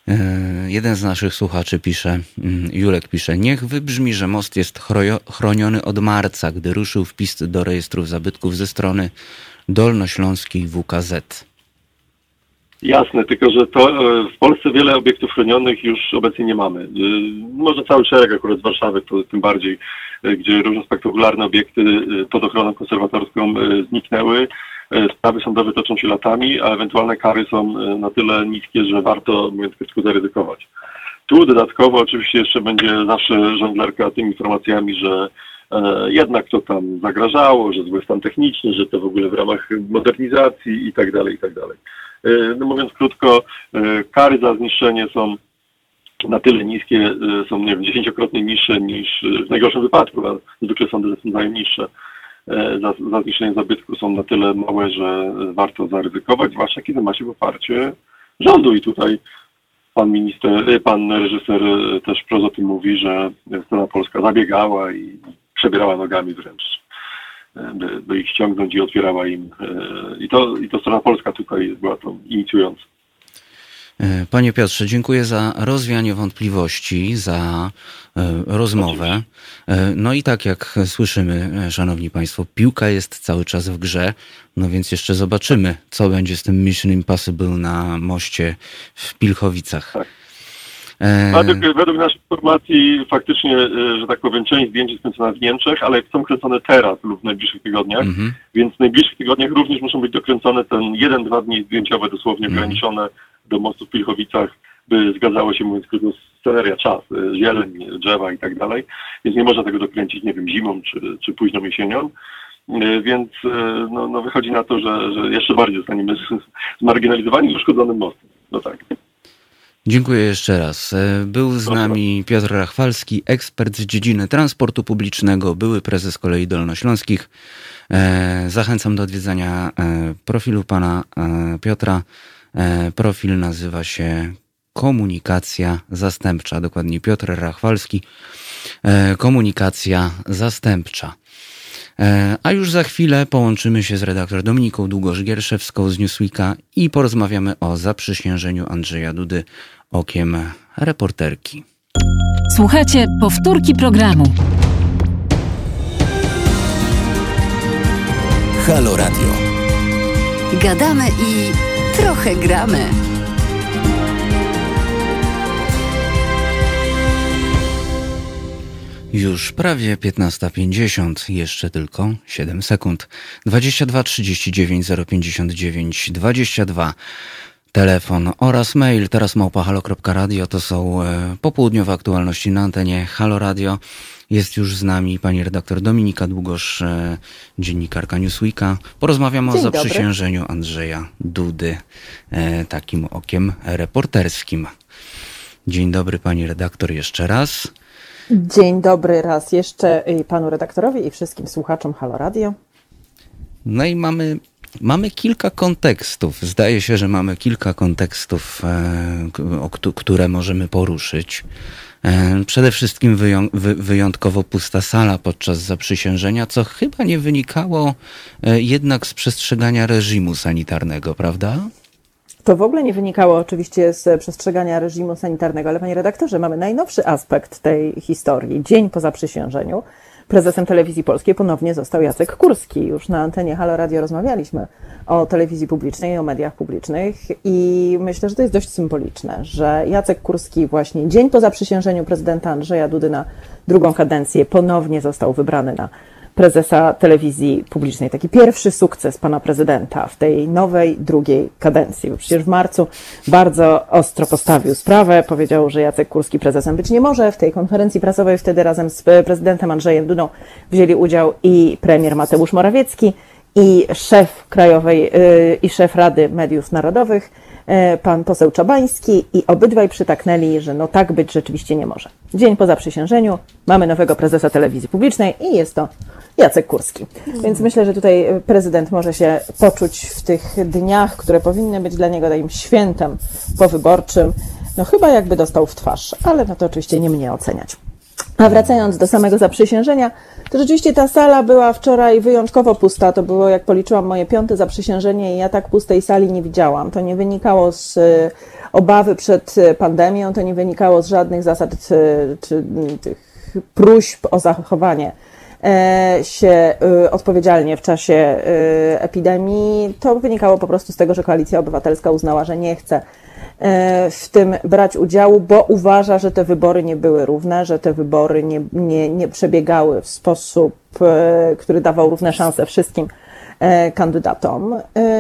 S2: Jeden z naszych słuchaczy pisze, Julek pisze, niech wybrzmi, że most jest chroniony od marca, gdy ruszył wpis do rejestrów zabytków ze strony dolnośląskiej WKZ.
S5: Jasne, tylko że to w Polsce wiele obiektów chronionych już obecnie nie mamy. Może cały szereg akurat z Warszawy, to tym bardziej, gdzie różne spektakularne obiekty pod ochroną konserwatorską zniknęły. Sprawy sądowe toczą się latami, a ewentualne kary są na tyle niskie, że warto, mówiąc krótko, zaryzykować. Tu dodatkowo oczywiście jeszcze będzie zawsze żonglerka tymi informacjami, że jednak to tam zagrażało, że zły stan techniczny, że to w ogóle w ramach modernizacji i tak dalej, i tak dalej. No mówiąc krótko, kary za zniszczenie są na tyle niskie, są nie wiem, 10-krotnie niższe niż w najgorszym wypadku, a zwykle sądy zdecydowanie niższe. Za zniszczenie zabytku są na tyle małe, że warto zaryzykować, zwłaszcza kiedy ma się poparcie rządu i tutaj pan reżyser też wprost o tym mówi, że strona polska zabiegała i przebierała nogami wręcz, by ich ściągnąć i otwierała im. I to strona polska tutaj była tą inicjująca.
S2: Panie Piotrze, dziękuję za rozwianie wątpliwości, za rozmowę. No i tak jak słyszymy, szanowni państwo, piłka jest cały czas w grze, no więc jeszcze zobaczymy, co będzie z tym Mission Impossible na moście w Pilchowicach. Tak.
S5: Według naszych informacji faktycznie, że tak powiem, część zdjęć jest kręcona w Niemczech, ale są kręcone teraz lub w najbliższych tygodniach, więc w najbliższych tygodniach również muszą być dokręcone ten 1-2 dni zdjęciowe, dosłownie ograniczone do mostu w Pilchowicach, by zgadzało się, mówiąc krótko, sceneria, czas, zieleń, drzewa i tak dalej, więc nie można tego dokręcić, nie wiem, zimą czy późną jesienią. Więc no wychodzi na to, że jeszcze bardziej zostaniemy zmarginalizowani i uszkodzonym mostem. No tak.
S2: Dziękuję jeszcze raz. Był z nami Piotr Rachwalski, ekspert z dziedziny transportu publicznego, były prezes Kolei Dolnośląskich. Zachęcam do odwiedzenia profilu pana Piotra. Profil nazywa się Komunikacja Zastępcza, dokładnie Piotr Rachwalski. Komunikacja Zastępcza. A już za chwilę połączymy się z redaktor Dominiką Długosz-Gierszewską z Newsweeka i porozmawiamy o zaprzysiężeniu Andrzeja Dudy okiem reporterki.
S1: Słuchajcie, powtórki programu.
S4: Halo Radio.
S6: Gadamy i trochę gramy.
S2: Już prawie 15:50, jeszcze tylko 7 sekund. 22 39 059 22. Telefon oraz mail teraz@halo.radio to są popołudniowe aktualności na antenie Halo Radio. Jest już z nami pani redaktor Dominika Długosz, dziennikarka Newsweeka. Porozmawiamy o zaprzysiężeniu Andrzeja Dudy takim okiem reporterskim. Dzień dobry pani redaktor jeszcze raz.
S7: Dzień dobry raz jeszcze panu redaktorowi i wszystkim słuchaczom Halo Radio.
S2: No i mamy kilka kontekstów. Zdaje się, że mamy kilka kontekstów, które możemy poruszyć. Przede wszystkim wyjątkowo pusta sala podczas zaprzysiężenia, co chyba nie wynikało jednak z przestrzegania reżimu sanitarnego, prawda?
S7: To w ogóle nie wynikało oczywiście z przestrzegania reżimu sanitarnego, ale panie redaktorze, mamy najnowszy aspekt tej historii. Dzień po zaprzysiężeniu prezesem Telewizji Polskiej ponownie został Jacek Kurski. Już na antenie Halo Radio rozmawialiśmy o telewizji publicznej, o mediach publicznych i myślę, że to jest dość symboliczne, że Jacek Kurski właśnie dzień po zaprzysiężeniu prezydenta Andrzeja Dudy na drugą kadencję ponownie został wybrany na prezesa telewizji publicznej. Taki pierwszy sukces pana prezydenta w tej nowej, drugiej kadencji. Bo przecież w marcu bardzo ostro postawił sprawę. Powiedział, że Jacek Kurski prezesem być nie może. W tej konferencji prasowej wtedy razem z prezydentem Andrzejem Dudą wzięli udział i premier Mateusz Morawiecki, i szef Krajowej, i szef Rady Mediów Narodowych, pan poseł Czabański, i obydwaj przytaknęli, że no tak być rzeczywiście nie może. Dzień po zaprzysiężeniu mamy nowego prezesa telewizji publicznej i jest to Jacek Kurski. Więc myślę, że tutaj prezydent może się poczuć w tych dniach, które powinny być dla niego takim świętem powyborczym, no chyba jakby dostał w twarz, ale no to oczywiście nie mnie oceniać. A wracając do samego zaprzysiężenia, to rzeczywiście ta sala była wczoraj wyjątkowo pusta. To było, jak policzyłam, moje 5. zaprzysiężenie i ja tak pustej sali nie widziałam. To nie wynikało z obawy przed pandemią, to nie wynikało z żadnych zasad czy tych próśb o zachowanie się odpowiedzialnie w czasie epidemii. To wynikało po prostu z tego, że Koalicja Obywatelska uznała, że nie chce w tym brać udziału, bo uważa, że te wybory nie były równe, że te wybory nie przebiegały w sposób, który dawał równe szanse wszystkim kandydatom.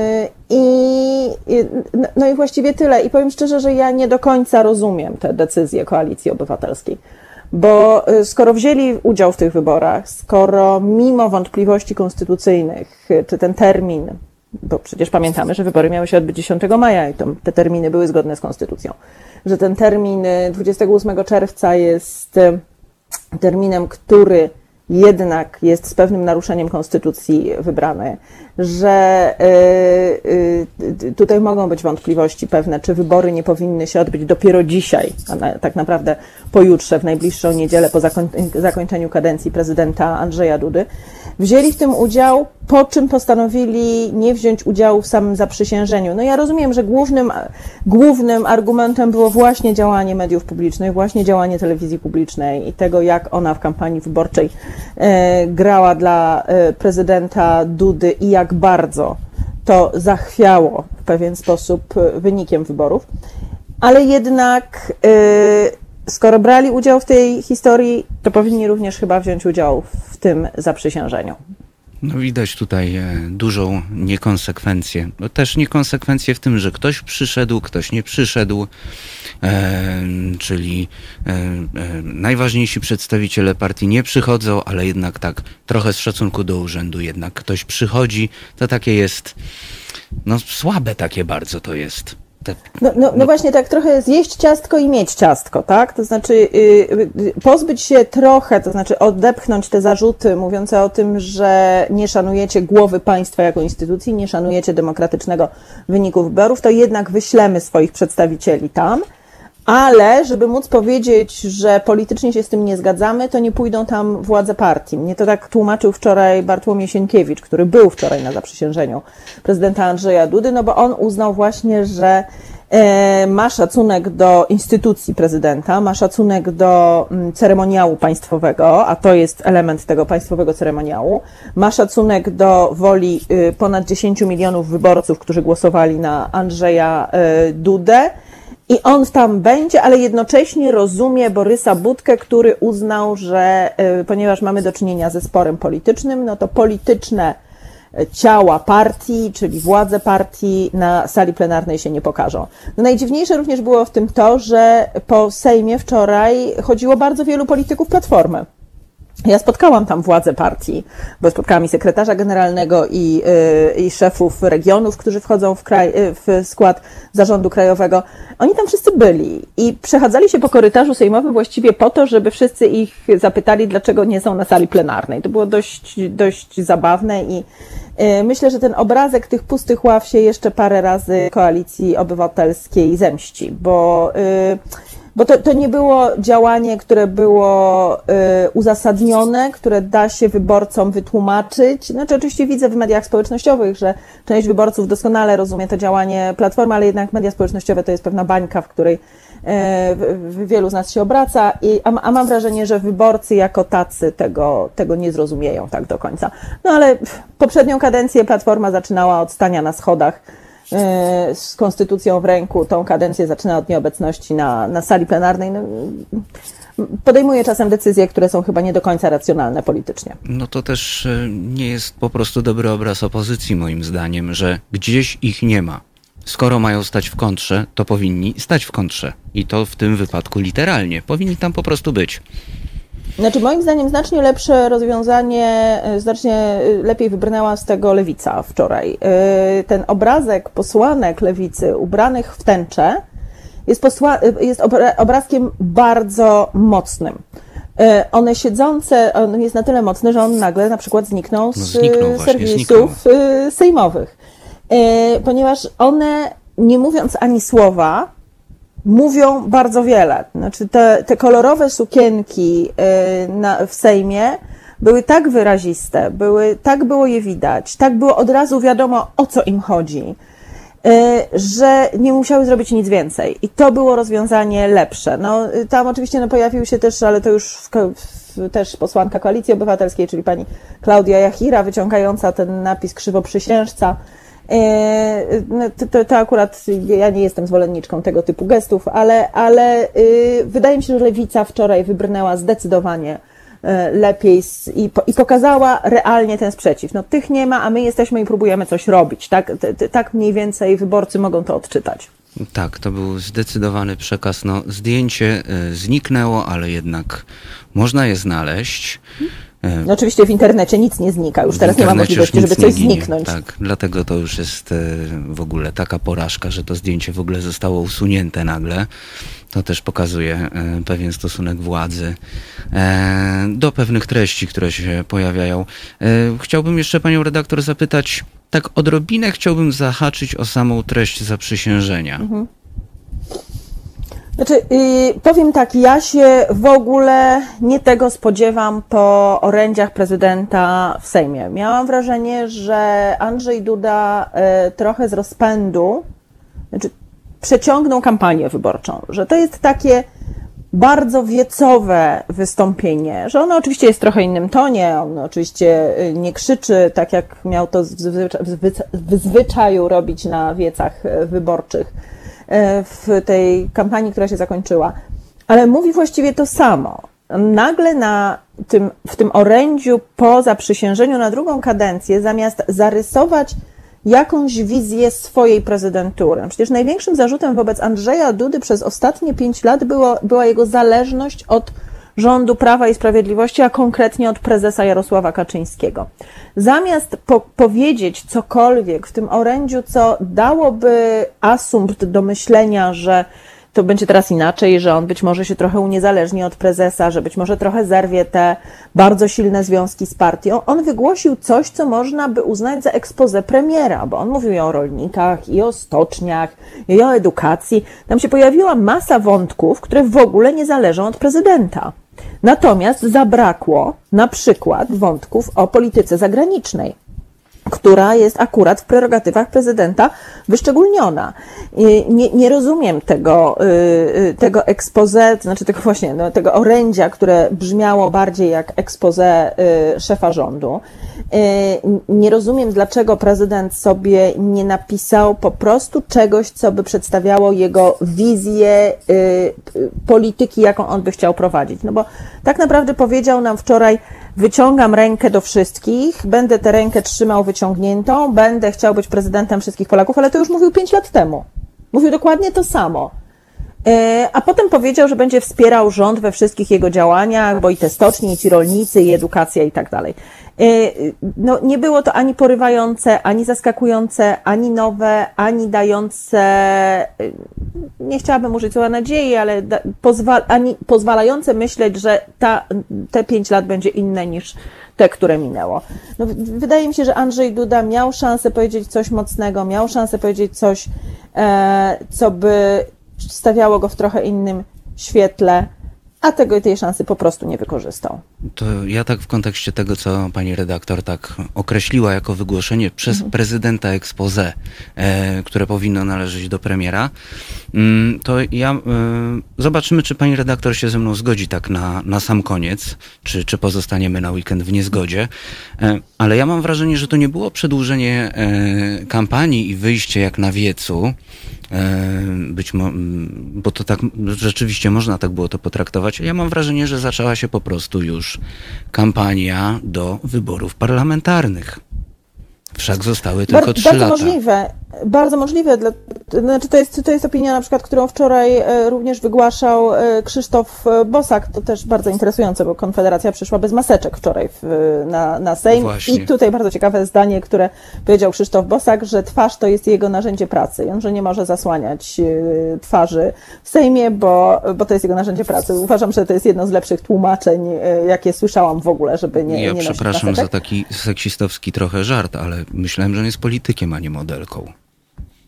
S7: No i właściwie tyle. I powiem szczerze, że ja nie do końca rozumiem te decyzje Koalicji Obywatelskiej. Bo skoro wzięli udział w tych wyborach, skoro mimo wątpliwości konstytucyjnych, czy ten termin, bo przecież pamiętamy, że wybory miały się odbyć 10 maja i te terminy były zgodne z konstytucją, że ten termin 28 czerwca jest terminem, który jednak jest z pewnym naruszeniem konstytucji wybrany, że tutaj mogą być wątpliwości pewne, czy wybory nie powinny się odbyć dopiero dzisiaj, a tak naprawdę pojutrze, w najbliższą niedzielę po zakończeniu kadencji prezydenta Andrzeja Dudy. Wzięli w tym udział, po czym postanowili nie wziąć udziału w samym zaprzysiężeniu. No ja rozumiem, że głównym argumentem było właśnie działanie mediów publicznych, właśnie działanie telewizji publicznej i tego, jak ona w kampanii wyborczej grała dla prezydenta Dudy i jak bardzo to zachwiało w pewien sposób wynikiem wyborów. Ale jednak skoro brali udział w tej historii, to powinni również chyba wziąć udział w tym zaprzysiężeniu.
S2: No widać tutaj dużą niekonsekwencję. No też niekonsekwencję w tym, że ktoś przyszedł, ktoś nie przyszedł, czyli najważniejsi przedstawiciele partii nie przychodzą, ale jednak tak trochę z szacunku do urzędu jednak ktoś przychodzi. To takie jest, no słabe takie bardzo to jest.
S7: No właśnie tak trochę zjeść ciastko i mieć ciastko, tak? To znaczy pozbyć się trochę, to znaczy odepchnąć te zarzuty mówiące o tym, że nie szanujecie głowy państwa jako instytucji, nie szanujecie demokratycznego wyniku wyborów, to jednak wyślemy swoich przedstawicieli tam, ale żeby móc powiedzieć, że politycznie się z tym nie zgadzamy, to nie pójdą tam władze partii. Mnie to tak tłumaczył wczoraj Bartłomiej Sienkiewicz, który był wczoraj na zaprzysiężeniu prezydenta Andrzeja Dudy, no bo on uznał właśnie, że ma szacunek do instytucji prezydenta, ma szacunek do ceremoniału państwowego, a to jest element tego państwowego ceremoniału, ma szacunek do woli ponad 10 milionów wyborców, którzy głosowali na Andrzeja Dudę, i on tam będzie, ale jednocześnie rozumie Borysa Budkę, który uznał, że ponieważ mamy do czynienia ze sporem politycznym, no to polityczne ciała partii, czyli władze partii na sali plenarnej się nie pokażą. No najdziwniejsze również było w tym to, że po Sejmie wczoraj chodziło bardzo wielu polityków Platformy. Ja spotkałam tam władze partii, bo spotkałam i sekretarza generalnego i szefów regionów, którzy wchodzą w skład zarządu krajowego. Oni tam wszyscy byli i przechadzali się po korytarzu sejmowym właściwie po to, żeby wszyscy ich zapytali, dlaczego nie są na sali plenarnej. To było dość zabawne i myślę, że ten obrazek tych pustych ław się jeszcze parę razy Koalicji Obywatelskiej zemści, bo to nie było działanie, które było uzasadnione, które da się wyborcom wytłumaczyć. Znaczy oczywiście widzę w mediach społecznościowych, że część wyborców doskonale rozumie to działanie Platformy, ale jednak media społecznościowe to jest pewna bańka, w której wielu z nas się obraca, a mam wrażenie, że wyborcy jako tacy tego nie zrozumieją tak do końca. No ale poprzednią kadencję Platforma zaczynała od stania na schodach z konstytucją w ręku, tą kadencję zaczyna od nieobecności na sali plenarnej. No, podejmuje czasem decyzje, które są chyba nie do końca racjonalne politycznie.
S2: No to też nie jest po prostu dobry obraz opozycji moim zdaniem, że gdzieś ich nie ma. Skoro mają stać w kontrze, to powinni stać w kontrze. I to w tym wypadku literalnie. Powinni tam po prostu być.
S7: Znaczy moim zdaniem znacznie lepsze rozwiązanie, znacznie lepiej wybrnęła z tego Lewica wczoraj. Ten obrazek posłanek Lewicy ubranych w tęczę jest obrazkiem bardzo mocnym. One siedzące, on jest na tyle mocny, że on nagle na przykład zniknął z serwisów sejmowych. Ponieważ one, nie mówiąc ani słowa, mówią bardzo wiele. Znaczy te kolorowe sukienki w Sejmie były tak wyraziste, tak było je widać, tak było od razu wiadomo, o co im chodzi, że nie musiały zrobić nic więcej. I to było rozwiązanie lepsze. No, tam oczywiście pojawił się też, ale to już też posłanka Koalicji Obywatelskiej, czyli pani Klaudia Jachira, wyciągająca ten napis krzywoprzysiężca. To akurat ja nie jestem zwolenniczką tego typu gestów, ale wydaje mi się, że Lewica wczoraj wybrnęła zdecydowanie lepiej i pokazała realnie ten sprzeciw. No tych nie ma, a my jesteśmy i próbujemy coś robić. Tak mniej więcej wyborcy mogą to odczytać.
S2: Tak, to był zdecydowany przekaz. No, zdjęcie zniknęło, ale jednak można je znaleźć.
S7: No oczywiście w internecie nic nie znika, już teraz nie ma możliwości, żeby coś zniknąć.
S2: Tak, dlatego to już jest w ogóle taka porażka, że to zdjęcie w ogóle zostało usunięte nagle. To też pokazuje pewien stosunek władzy do pewnych treści, które się pojawiają. Chciałbym jeszcze panią redaktor zapytać, tak odrobinę chciałbym zahaczyć o samą treść zaprzysiężenia. Mhm.
S7: Znaczy, powiem tak, ja się w ogóle nie tego spodziewam po orędziach prezydenta w Sejmie. Miałam wrażenie, że Andrzej Duda trochę z rozpędu, znaczy przeciągnął kampanię wyborczą, że to jest takie bardzo wiecowe wystąpienie, że ono oczywiście jest w trochę innym tonie, on oczywiście nie krzyczy, tak jak miał to w zwyczaju robić na wiecach wyborczych w tej kampanii, która się zakończyła, ale mówi właściwie to samo. Nagle w tym orędziu po zaprzysiężeniu na drugą kadencję, zamiast zarysować jakąś wizję swojej prezydentury. Przecież największym zarzutem wobec Andrzeja Dudy przez ostatnie 5 lat była jego zależność od rządu Prawa i Sprawiedliwości, a konkretnie od prezesa Jarosława Kaczyńskiego. Zamiast powiedzieć cokolwiek w tym orędziu, co dałoby asumpt do myślenia, że to będzie teraz inaczej, że on być może się trochę uniezależni od prezesa, że być może trochę zerwie te bardzo silne związki z partią, on wygłosił coś, co można by uznać za expose premiera, bo on mówił i o rolnikach, i o stoczniach, i o edukacji. Tam się pojawiła masa wątków, które w ogóle nie zależą od prezydenta. Natomiast zabrakło na przykład wątków o polityce zagranicznej, która jest akurat w prerogatywach prezydenta wyszczególniona. Nie rozumiem tego expose, to znaczy tego orędzia, które brzmiało bardziej jak expose szefa rządu. Nie rozumiem, dlaczego prezydent sobie nie napisał po prostu czegoś, co by przedstawiało jego wizję polityki, jaką on by chciał prowadzić. No bo tak naprawdę powiedział nam wczoraj: wyciągam rękę do wszystkich, będę tę rękę trzymał wyciągniętą, będę chciał być prezydentem wszystkich Polaków, ale to już mówił 5 lat temu. Mówił dokładnie to samo. A potem powiedział, że będzie wspierał rząd we wszystkich jego działaniach, bo i te stocznie, i ci rolnicy, i edukacja i tak dalej. No, nie było to ani porywające, ani zaskakujące, ani nowe, ani dające, nie chciałabym użyć słowa nadziei, ale ani pozwalające myśleć, że te 5 lat będzie inne niż te, które minęło. No, wydaje mi się, że Andrzej Duda miał szansę powiedzieć coś mocnego, miał szansę powiedzieć coś, co by stawiało go w trochę innym świetle, a tej szansy po prostu nie wykorzystał.
S2: To ja tak w kontekście tego, co pani redaktor tak określiła jako wygłoszenie przez prezydenta expose, które powinno należeć do premiera, to ja zobaczymy, czy pani redaktor się ze mną zgodzi tak na sam koniec, czy pozostaniemy na weekend w niezgodzie, ale ja mam wrażenie, że to nie było przedłużenie kampanii i wyjście jak na wiecu, bo to tak rzeczywiście można tak było to potraktować. Ja mam wrażenie, że zaczęła się po prostu już kampania do wyborów parlamentarnych. Wszak zostały tylko 3 lata.
S7: Bardzo możliwe. Znaczy to jest opinia, na przykład, którą wczoraj również wygłaszał Krzysztof Bosak. To też bardzo interesujące, bo Konfederacja przyszła bez maseczek wczoraj na Sejm. Właśnie. I tutaj bardzo ciekawe zdanie, które powiedział Krzysztof Bosak, że twarz to jest jego narzędzie pracy. I on, że nie może zasłaniać twarzy w Sejmie, bo to jest jego narzędzie pracy. Uważam, że to jest jedno z lepszych tłumaczeń, jakie słyszałam w ogóle, żeby nie nosić maseczek. Ja przepraszam
S2: za taki seksistowski trochę żart, ale myślałem, że on jest politykiem, a nie modelką.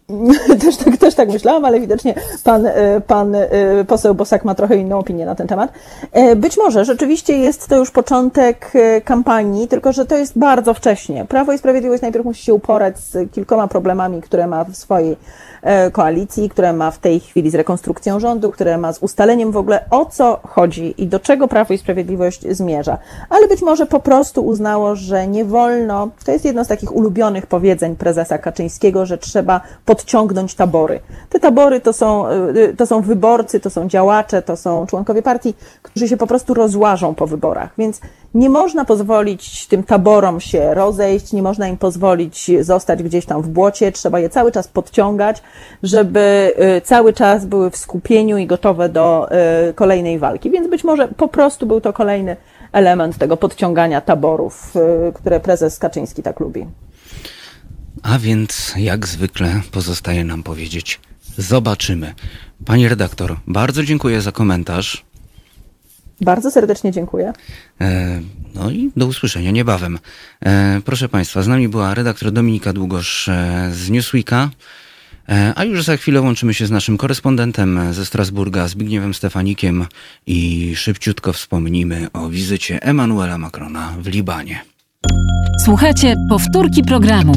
S7: Też tak myślałam, ale widocznie pan poseł Bosak ma trochę inną opinię na ten temat. Być może rzeczywiście jest to już początek kampanii, tylko że to jest bardzo wcześnie. Prawo i Sprawiedliwość najpierw musi się uporać z kilkoma problemami, które ma w swojej koalicji, które ma w tej chwili z rekonstrukcją rządu, które ma z ustaleniem w ogóle, o co chodzi i do czego Prawo i Sprawiedliwość zmierza. Ale być może po prostu uznało, że nie wolno, to jest jedno z takich ulubionych powiedzeń prezesa Kaczyńskiego, że trzeba podciągnąć tabory. Te tabory to są wyborcy, to są działacze, to są członkowie partii, którzy się po prostu rozłażą po wyborach. Więc nie można pozwolić tym taborom się rozejść, nie można im pozwolić zostać gdzieś tam w błocie, trzeba je cały czas podciągać, żeby cały czas były w skupieniu i gotowe do kolejnej walki. Więc być może po prostu był to kolejny element tego podciągania taborów, które prezes Kaczyński tak lubi.
S2: A więc jak zwykle pozostaje nam powiedzieć, zobaczymy. Pani redaktor, bardzo dziękuję za komentarz.
S7: Bardzo serdecznie dziękuję.
S2: No i do usłyszenia niebawem. Proszę Państwa, z nami była redaktor Dominika Długosz z Newsweeka, a już za chwilę łączymy się z naszym korespondentem ze Strasburga, Zbigniewem Stefanikiem i szybciutko wspomnimy o wizycie Emmanuela Macrona w Libanie.
S1: Słuchajcie, powtórki programu.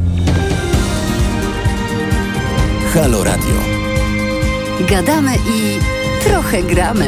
S4: Halo Radio.
S6: Gadamy i trochę gramy.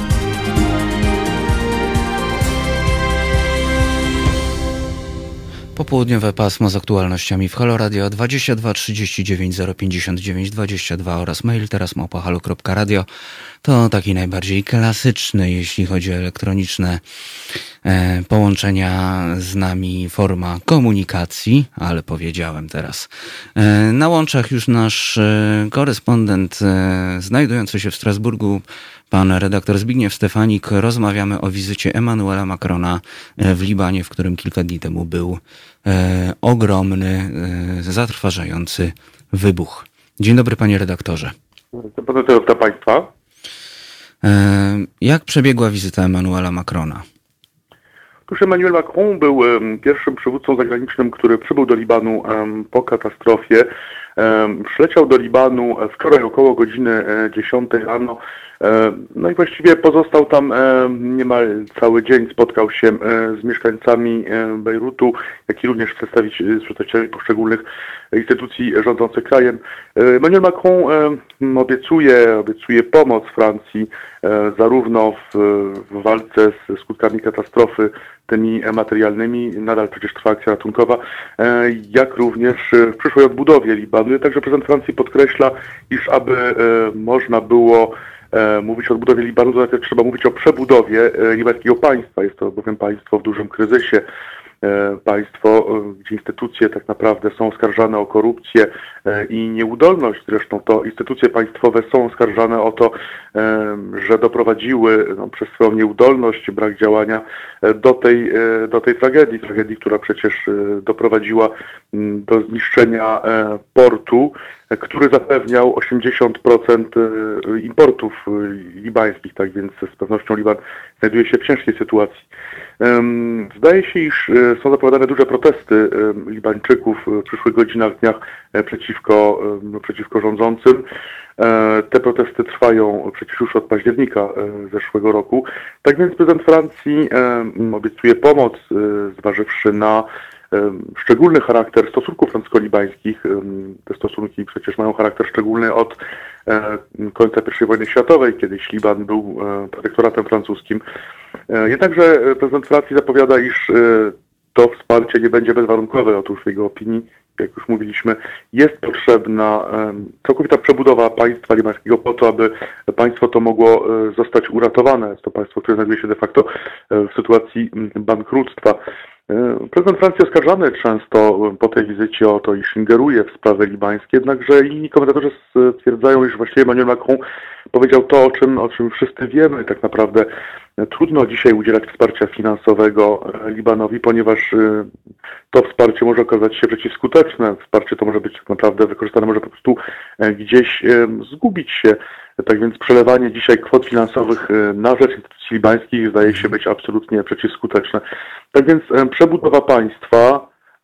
S2: Popołudniowe pasmo z aktualnościami w Halo Radio 22 39 059 22 oraz mail teraz@halo.radio. To taki najbardziej klasyczny, jeśli chodzi o elektroniczne połączenia z nami, forma komunikacji, ale powiedziałem teraz. Na łączach już nasz korespondent znajdujący się w Strasburgu, pan redaktor Zbigniew Stefanik. Rozmawiamy o wizycie Emmanuela Macrona w Libanie, w którym kilka dni temu był ogromny, zatrważający wybuch. Dzień dobry, panie redaktorze.
S8: Witam państwa.
S2: Jak przebiegła wizyta Emmanuela Macrona?
S8: Otóż Emmanuel Macron był pierwszym przywódcą zagranicznym, który przybył do Libanu po katastrofie. Przyleciał do Libanu wczoraj około godziny 10 rano. No i właściwie pozostał tam niemal cały dzień. Spotkał się z mieszkańcami Bejrutu, jak i również przedstawicieli poszczególnych instytucji rządzących krajem. Emmanuel Macron obiecuje pomoc Francji zarówno w walce z skutkami katastrofy, tymi materialnymi, nadal przecież trwa akcja ratunkowa, jak również w przyszłej odbudowie Libanu. Także prezydent Francji podkreśla, iż aby można było mówić o odbudowie Libanu, to najpierw trzeba mówić o przebudowie libańskiego państwa. Jest to bowiem państwo w dużym kryzysie. Państwo, gdzie instytucje tak naprawdę są oskarżane o korupcję i nieudolność. Zresztą to instytucje państwowe są oskarżane o to, że doprowadziły przez swoją nieudolność, brak działania do tej tragedii, która przecież doprowadziła do zniszczenia portu, który zapewniał 80% importów libańskich, tak więc z pewnością Liban znajduje się w ciężkiej sytuacji. Zdaje się, iż są zapowiadane duże protesty Libańczyków w przyszłych godzinach, dniach przeciwko rządzącym. Te protesty trwają przecież już od października zeszłego roku. Tak więc prezydent Francji obiecuje pomoc, zważywszy na szczególny charakter stosunków francusko-libańskich. Te stosunki przecież mają charakter szczególny od końca I wojny światowej, kiedyś Liban był protektoratem francuskim. Jednakże prezydent Francji zapowiada, iż to wsparcie nie będzie bezwarunkowe. Otóż w jego opinii, jak już mówiliśmy, jest potrzebna całkowita przebudowa państwa libańskiego po to, aby państwo to mogło zostać uratowane. Jest to państwo, które znajduje się de facto w sytuacji bankructwa. Prezydent Francji oskarżany często po tej wizycie o to, iż ingeruje w sprawy libańskie, jednakże inni komentatorzy stwierdzają, iż właściwie Emmanuel Macron powiedział to, o czym wszyscy wiemy. Tak naprawdę trudno dzisiaj udzielać wsparcia finansowego Libanowi, ponieważ to wsparcie może okazać się przeciwskuteczne. Wsparcie to może być tak naprawdę wykorzystane, może po prostu gdzieś zgubić się. Tak więc przelewanie dzisiaj kwot finansowych na rzecz instytucji libańskich zdaje się być absolutnie przeciwskuteczne. Tak więc przebudowa państwa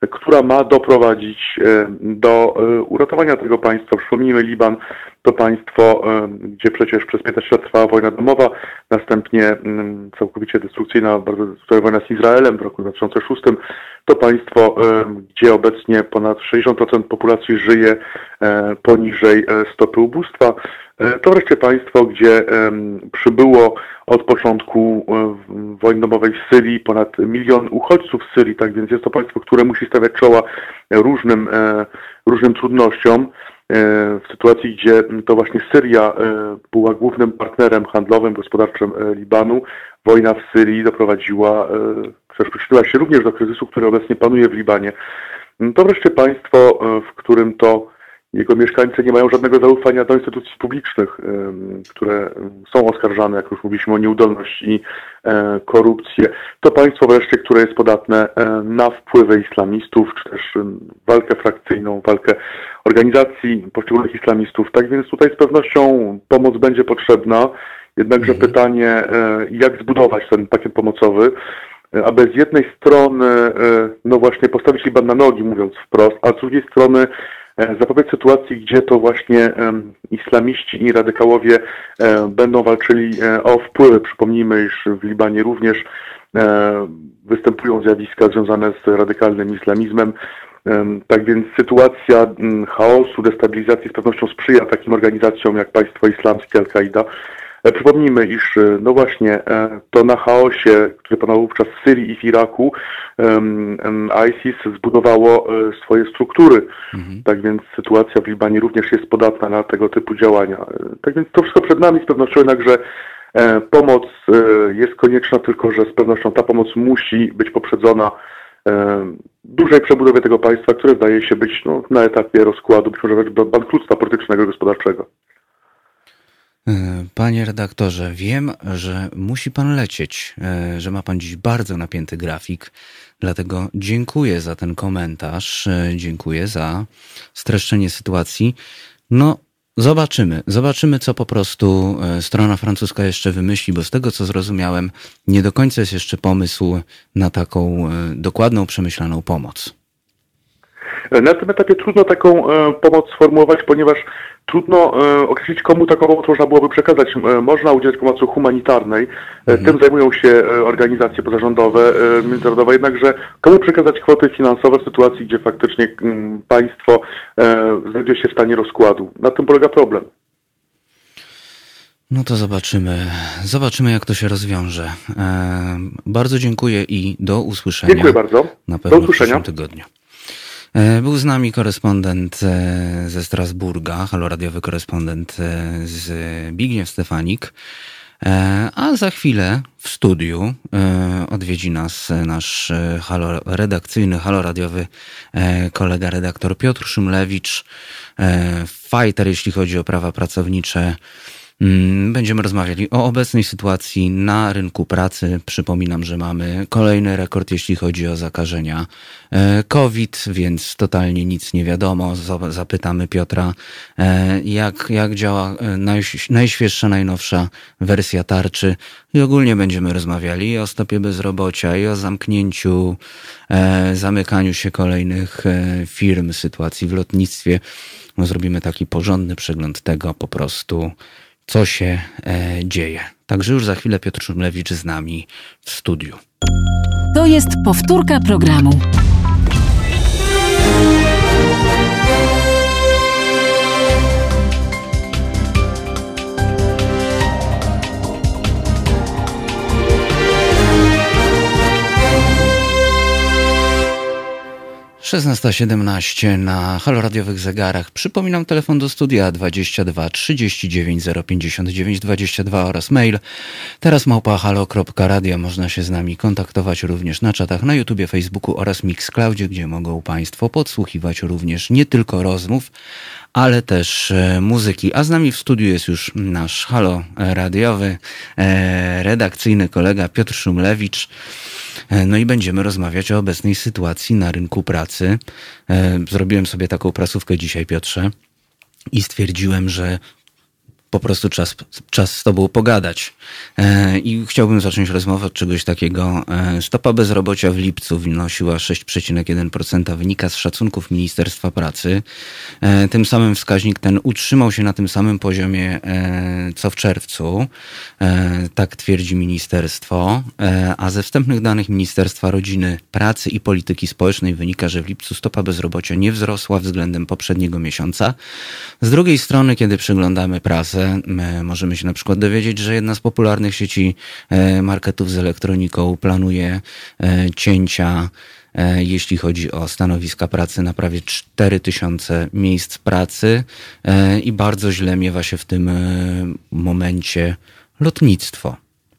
S8: która ma doprowadzić do uratowania tego państwa. Przypomnijmy, Liban to państwo, gdzie przecież przez 15 lat trwała wojna domowa, następnie całkowicie destrukcyjna, bardzo destrukcyjna wojna z Izraelem w roku 2006. To państwo, gdzie obecnie ponad 60% populacji żyje poniżej stopy ubóstwa. To wreszcie państwo, gdzie przybyło od początku wojny domowej w Syrii ponad 1 milion uchodźców z Syrii, tak więc jest to państwo, które musi stawiać czoła różnym trudnościom. W sytuacji, gdzie to właśnie Syria była głównym partnerem handlowym, gospodarczym Libanu, wojna w Syrii przyczyniła się również do kryzysu, który obecnie panuje w Libanie. To wreszcie państwo, w którym to jego mieszkańcy nie mają żadnego zaufania do instytucji publicznych, które są oskarżane, jak już mówiliśmy, o nieudolność i korupcję. To państwo wreszcie, które jest podatne na wpływy islamistów, czy też walkę frakcyjną, walkę organizacji poszczególnych islamistów. Tak więc tutaj z pewnością pomoc będzie potrzebna, jednakże pytanie, jak zbudować ten pakiet pomocowy, aby z jednej strony no właśnie postawić Liban na nogi, mówiąc wprost, a z drugiej strony zapobiec sytuacji, gdzie to właśnie islamiści i radykałowie będą walczyli o wpływy. Przypomnijmy, iż w Libanie również występują zjawiska związane z radykalnym islamizmem. Tak więc sytuacja chaosu, destabilizacji z pewnością sprzyja takim organizacjom jak Państwo Islamskie, Al-Kaida. Przypomnijmy, iż no właśnie to na chaosie, który panował wówczas w Syrii i w Iraku, ISIS zbudowało swoje struktury. Tak więc sytuacja w Libanie również jest podatna na tego typu działania. Tak więc to wszystko przed nami z pewnością, jednakże pomoc jest konieczna, tylko że z pewnością ta pomoc musi być poprzedzona dużej przebudowie tego państwa, które zdaje się być na etapie rozkładu, być może wręcz bankructwa politycznego i gospodarczego.
S2: Panie redaktorze, wiem, że musi pan lecieć, że ma pan dziś bardzo napięty grafik, dlatego dziękuję za ten komentarz, dziękuję za streszczenie sytuacji. No, zobaczymy, co po prostu strona francuska jeszcze wymyśli, bo z tego, co zrozumiałem, nie do końca jest jeszcze pomysł na taką dokładną, przemyślaną pomoc.
S8: Na tym etapie trudno taką pomoc sformułować, ponieważ trudno określić, komu taką pomoc można byłoby przekazać. Można udzielać pomocy humanitarnej, tym zajmują się organizacje pozarządowe, międzynarodowe, jednakże komu przekazać kwoty finansowe w sytuacji, gdzie faktycznie państwo znajduje się w stanie rozkładu. Na tym polega problem.
S2: No to zobaczymy, jak to się rozwiąże. Bardzo dziękuję i do usłyszenia.
S8: Dziękuję bardzo.
S2: Na pewno
S8: do usłyszenia.
S2: W przyszłym tygodniu. Był z nami korespondent ze Strasburga, haloradiowy korespondent Zbigniew Stefanik, a za chwilę w studiu odwiedzi nas nasz redakcyjny, haloradiowy kolega redaktor Piotr Szumlewicz, fighter, jeśli chodzi o prawa pracownicze. Będziemy rozmawiali o obecnej sytuacji na rynku pracy. Przypominam, że mamy kolejny rekord, jeśli chodzi o zakażenia COVID, więc totalnie nic nie wiadomo. Zapytamy Piotra, jak działa najświeższa, najnowsza wersja tarczy. I ogólnie będziemy rozmawiali i o stopie bezrobocia, i o zamknięciu, zamykaniu się kolejnych firm, sytuacji w lotnictwie. No, zrobimy taki porządny przegląd tego po prostu, co się dzieje. Także już za chwilę Piotr Szumlewicz z nami w studiu.
S1: To jest powtórka programu.
S2: Szesnasta 17 na haloradiowych zegarach. Przypominam, telefon do studia 22 39 059 22 oraz mail teraz @halo.radio. Można się z nami kontaktować również na czatach na YouTubie, Facebooku oraz Mixcloudzie, gdzie mogą Państwo podsłuchiwać również nie tylko rozmów, ale też muzyki. A z nami w studiu jest już nasz haloradiowy redakcyjny kolega Piotr Szumlewicz. No i będziemy rozmawiać o obecnej sytuacji na rynku pracy. Zrobiłem sobie taką prasówkę dzisiaj, Piotrze, i stwierdziłem, że po prostu czas z tobą pogadać. I chciałbym zacząć rozmowę od czegoś takiego. Stopa bezrobocia w lipcu wynosiła 6,1%, wynika z szacunków Ministerstwa Pracy. Tym samym wskaźnik ten utrzymał się na tym samym poziomie co w czerwcu. Tak twierdzi ministerstwo. A ze wstępnych danych Ministerstwa Rodziny, Pracy i Polityki Społecznej wynika, że w lipcu stopa bezrobocia nie wzrosła względem poprzedniego miesiąca. Z drugiej strony, kiedy przeglądamy prasę, możemy się na przykład dowiedzieć, że jedna z popularnych sieci marketów z elektroniką planuje cięcia, jeśli chodzi o stanowiska pracy, na prawie 4000 miejsc pracy i bardzo źle miewa się w tym momencie lotnictwo.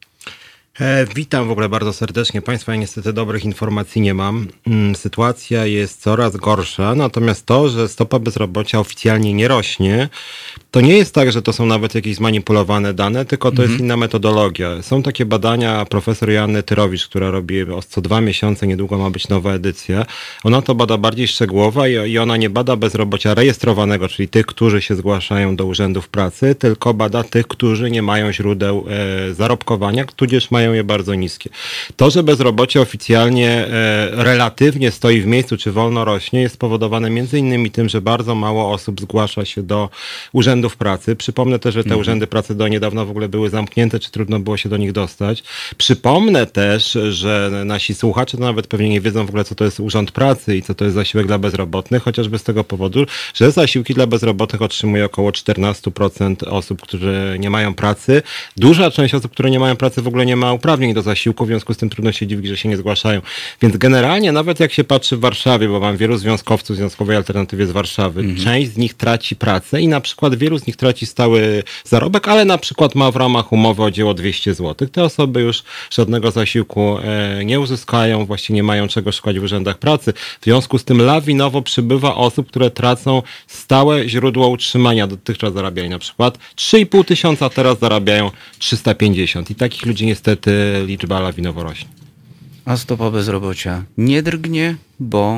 S9: Witam w ogóle bardzo serdecznie Państwa. Ja niestety dobrych informacji nie mam. Sytuacja jest coraz gorsza, natomiast to, że stopa bezrobocia oficjalnie nie rośnie, to nie jest tak, że to są nawet jakieś zmanipulowane dane, tylko to jest inna metodologia. Są takie badania profesor Joanny Tyrowicz, która robi co 2 miesiące, niedługo ma być nowa edycja. Ona to bada bardziej szczegółowo i ona nie bada bezrobocia rejestrowanego, czyli tych, którzy się zgłaszają do urzędów pracy, tylko bada tych, którzy nie mają źródeł zarobkowania, tudzież mają je bardzo niskie. To, że bezrobocie oficjalnie relatywnie stoi w miejscu, czy wolno rośnie, jest spowodowane między innymi tym, że bardzo mało osób zgłasza się do urzędów pracy. Przypomnę też, że te urzędy pracy do niedawna w ogóle były zamknięte, czy trudno było się do nich dostać. Przypomnę też, że nasi słuchacze to nawet pewnie nie wiedzą w ogóle, co to jest urząd pracy i co to jest zasiłek dla bezrobotnych, chociażby z tego powodu, że zasiłki dla bezrobotnych otrzymuje około 14% osób, którzy nie mają pracy. Duża część osób, które nie mają pracy, w ogóle nie ma uprawnień do zasiłku, w związku z tym trudno się dziwić, że się nie zgłaszają. Więc generalnie nawet jak się patrzy w Warszawie, bo mam wielu związkowców w Związkowej Alternatywie z Warszawy, część z nich traci pracę i na przykład wielu z nich traci stały zarobek, ale na przykład ma w ramach umowy o dzieło 200 zł. Te osoby już żadnego zasiłku nie uzyskają, właściwie nie mają czego szukać w urzędach pracy. W związku z tym lawinowo przybywa osób, które tracą stałe źródło utrzymania. Dotychczas zarabiali na przykład 3,5 tysiąca, a teraz zarabiają 350. I takich ludzi niestety liczba lawinowo rośnie.
S2: A stopa bezrobocia nie drgnie, bo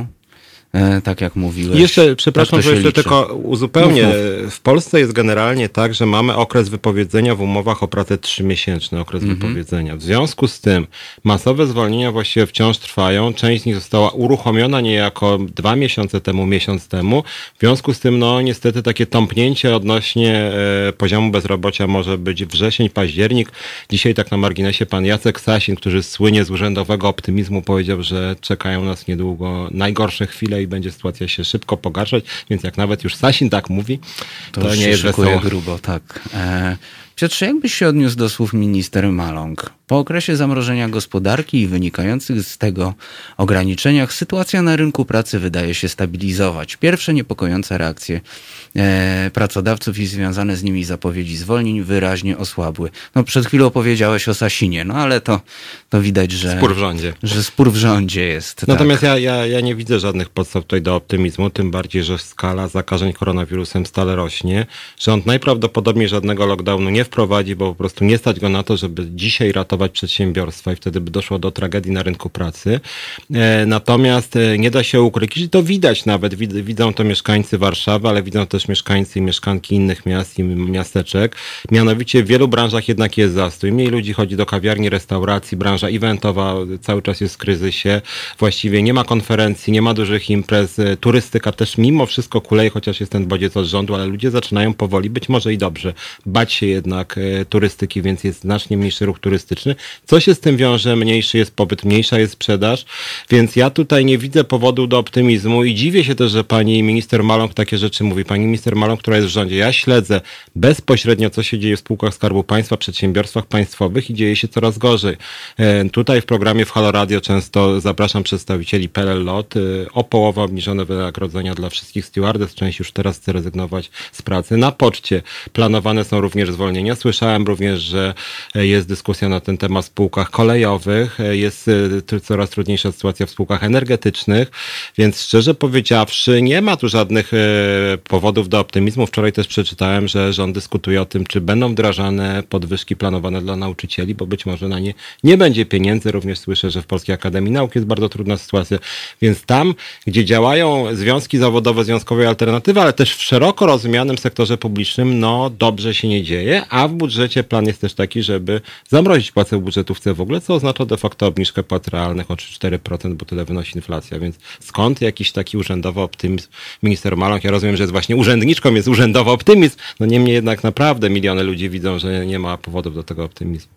S2: tak jak mówiłeś.
S9: Jeszcze, przepraszam,
S2: tak
S9: że jeszcze
S2: liczy.
S9: tylko uzupełnię. W Polsce jest generalnie tak, że mamy okres wypowiedzenia w umowach o pracę 3-miesięczny okres wypowiedzenia. W związku z tym masowe zwolnienia właściwie wciąż trwają. Część z nich została uruchomiona niejako 2 miesiące temu, miesiąc temu. W związku z tym, no niestety takie tąpnięcie odnośnie poziomu bezrobocia może być wrzesień, październik. Dzisiaj tak na marginesie pan Jacek Sasin, który słynie z urzędowego optymizmu, powiedział, że czekają nas niedługo najgorsze chwile i będzie sytuacja się szybko pogarszać, więc jak nawet już Sasin tak mówi, to nie jest wesoło.
S2: Grubo, tak. Piotrze, jak byś się odniósł do słów minister Maląg? Po okresie zamrożenia gospodarki i wynikających z tego ograniczeniach sytuacja na rynku pracy wydaje się stabilizować. Pierwsze niepokojące reakcje pracodawców i związane z nimi zapowiedzi zwolnień wyraźnie osłabły. No, przed chwilą powiedziałeś o Sasinie, no ale to widać, że
S9: spór w rządzie.
S2: Że spór w rządzie jest.
S9: Natomiast
S2: tak.
S9: ja nie widzę żadnych podstaw tutaj do optymizmu, tym bardziej, że skala zakażeń koronawirusem stale rośnie. Rząd najprawdopodobniej żadnego lockdownu nie wprowadzi, bo po prostu nie stać go na to, żeby dzisiaj ratować przedsiębiorstwa i wtedy by doszło do tragedii na rynku pracy. Natomiast nie da się ukryć, i to widać nawet, widzą to mieszkańcy Warszawy, ale widzą też mieszkańcy i mieszkanki innych miast i miasteczek. Mianowicie w wielu branżach jednak jest zastój. Mniej ludzi chodzi do kawiarni, restauracji, branża eventowa cały czas jest w kryzysie. Właściwie nie ma konferencji, nie ma dużych imprez. Turystyka też mimo wszystko kuleje, chociaż jest ten bodziec od rządu, ale ludzie zaczynają powoli, być może i dobrze, bać się jednak turystyki, więc jest znacznie mniejszy ruch turystyczny. Co się z tym wiąże? Mniejszy jest popyt, mniejsza jest sprzedaż, więc ja tutaj nie widzę powodu do optymizmu i dziwię się też, że pani minister Maląg takie rzeczy mówi. Pani minister Maląg, która jest w rządzie. Ja śledzę bezpośrednio, co się dzieje w spółkach Skarbu Państwa, przedsiębiorstwach państwowych i dzieje się coraz gorzej. Tutaj w programie w Halo Radio często zapraszam przedstawicieli PLL LOT o połowę obniżone wynagrodzenia dla wszystkich stewardess. Część już teraz chce rezygnować z pracy. Na poczcie planowane są również zwolnienia. Słyszałem również, że jest dyskusja na ten temat w spółkach kolejowych. Jest coraz trudniejsza sytuacja w spółkach energetycznych, więc szczerze powiedziawszy nie ma tu żadnych powodów do optymizmu. Wczoraj też przeczytałem, że rząd dyskutuje o tym, czy będą wdrażane podwyżki planowane dla nauczycieli, bo być może na nie będzie pieniędzy. Również słyszę, że w Polskiej Akademii Nauk jest bardzo trudna sytuacja, więc tam, gdzie gdzie działają związki zawodowe, związkowe alternatywy, ale też w szeroko rozumianym sektorze publicznym, no dobrze się nie dzieje, a w budżecie plan jest też taki, żeby zamrozić płace w budżetówce w ogóle, co oznacza de facto obniżkę płac realnych o 3-4%, bo tyle wynosi inflacja, więc skąd jakiś taki urzędowy optymizm minister Maląg? Ja rozumiem, że jest właśnie urzędniczką, jest urzędowy optymizm, no niemniej jednak naprawdę miliony ludzi widzą, że nie ma powodów do tego optymizmu.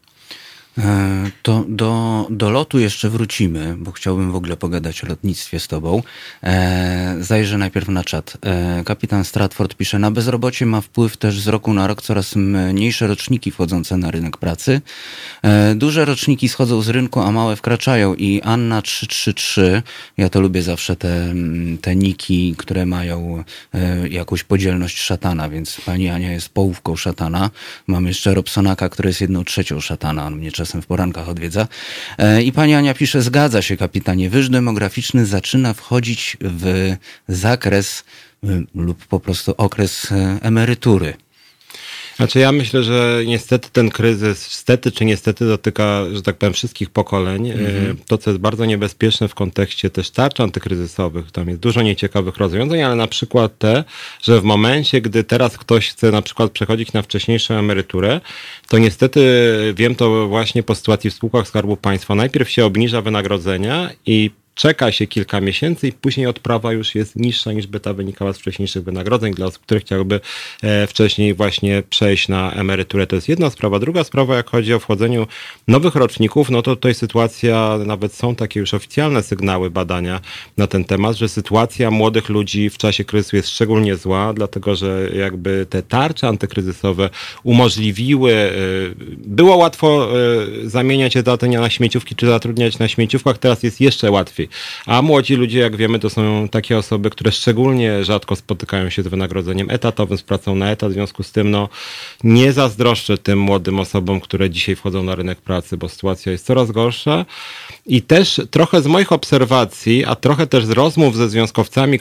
S2: To do lotu jeszcze wrócimy, bo chciałbym w ogóle pogadać o lotnictwie z tobą. Zajrzę najpierw na czat. Kapitan Stratford pisze, na bezrobocie ma wpływ też z roku na rok coraz mniejsze roczniki wchodzące na rynek pracy. Duże roczniki schodzą z rynku, a małe wkraczają i Anna 333, ja to lubię zawsze te niki, które mają jakąś podzielność szatana, więc pani Ania jest połówką szatana. Mam jeszcze Robsonaka, który jest 1/3 szatana, on mnie czasem w porankach odwiedza. I pani Ania pisze, zgadza się kapitanie, wyż demograficzny zaczyna wchodzić w zakres lub po prostu okres emerytury.
S9: Znaczy ja myślę, że niestety ten kryzys, niestety dotyka, że tak powiem, wszystkich pokoleń. To, co jest bardzo niebezpieczne w kontekście też tarcz antykryzysowych, tam jest dużo nieciekawych rozwiązań, ale na przykład te, że w momencie, gdy teraz ktoś chce na przykład przechodzić na wcześniejszą emeryturę, to niestety wiem to właśnie po sytuacji w spółkach Skarbu Państwa. Najpierw się obniża wynagrodzenia i czeka się kilka miesięcy i później odprawa już jest niższa niż by ta wynikała z wcześniejszych wynagrodzeń dla osób, które chciałyby wcześniej właśnie przejść na emeryturę. To jest jedna sprawa. Druga sprawa, jak chodzi o wchodzeniu nowych roczników, no to tutaj sytuacja, nawet są takie już oficjalne sygnały, badania na ten temat, że sytuacja młodych ludzi w czasie kryzysu jest szczególnie zła, dlatego że jakby te tarcze antykryzysowe umożliwiły, było łatwo zamieniać etaty na śmieciówki czy zatrudniać na śmieciówkach, teraz jest jeszcze łatwiej. A młodzi ludzie, jak wiemy, to są takie osoby, które szczególnie rzadko spotykają się z wynagrodzeniem etatowym, z pracą na etat. W związku z tym nie zazdroszczę tym młodym osobom, które dzisiaj wchodzą na rynek pracy, bo sytuacja jest coraz gorsza. I też trochę z moich obserwacji, a trochę też z rozmów ze związkowcami,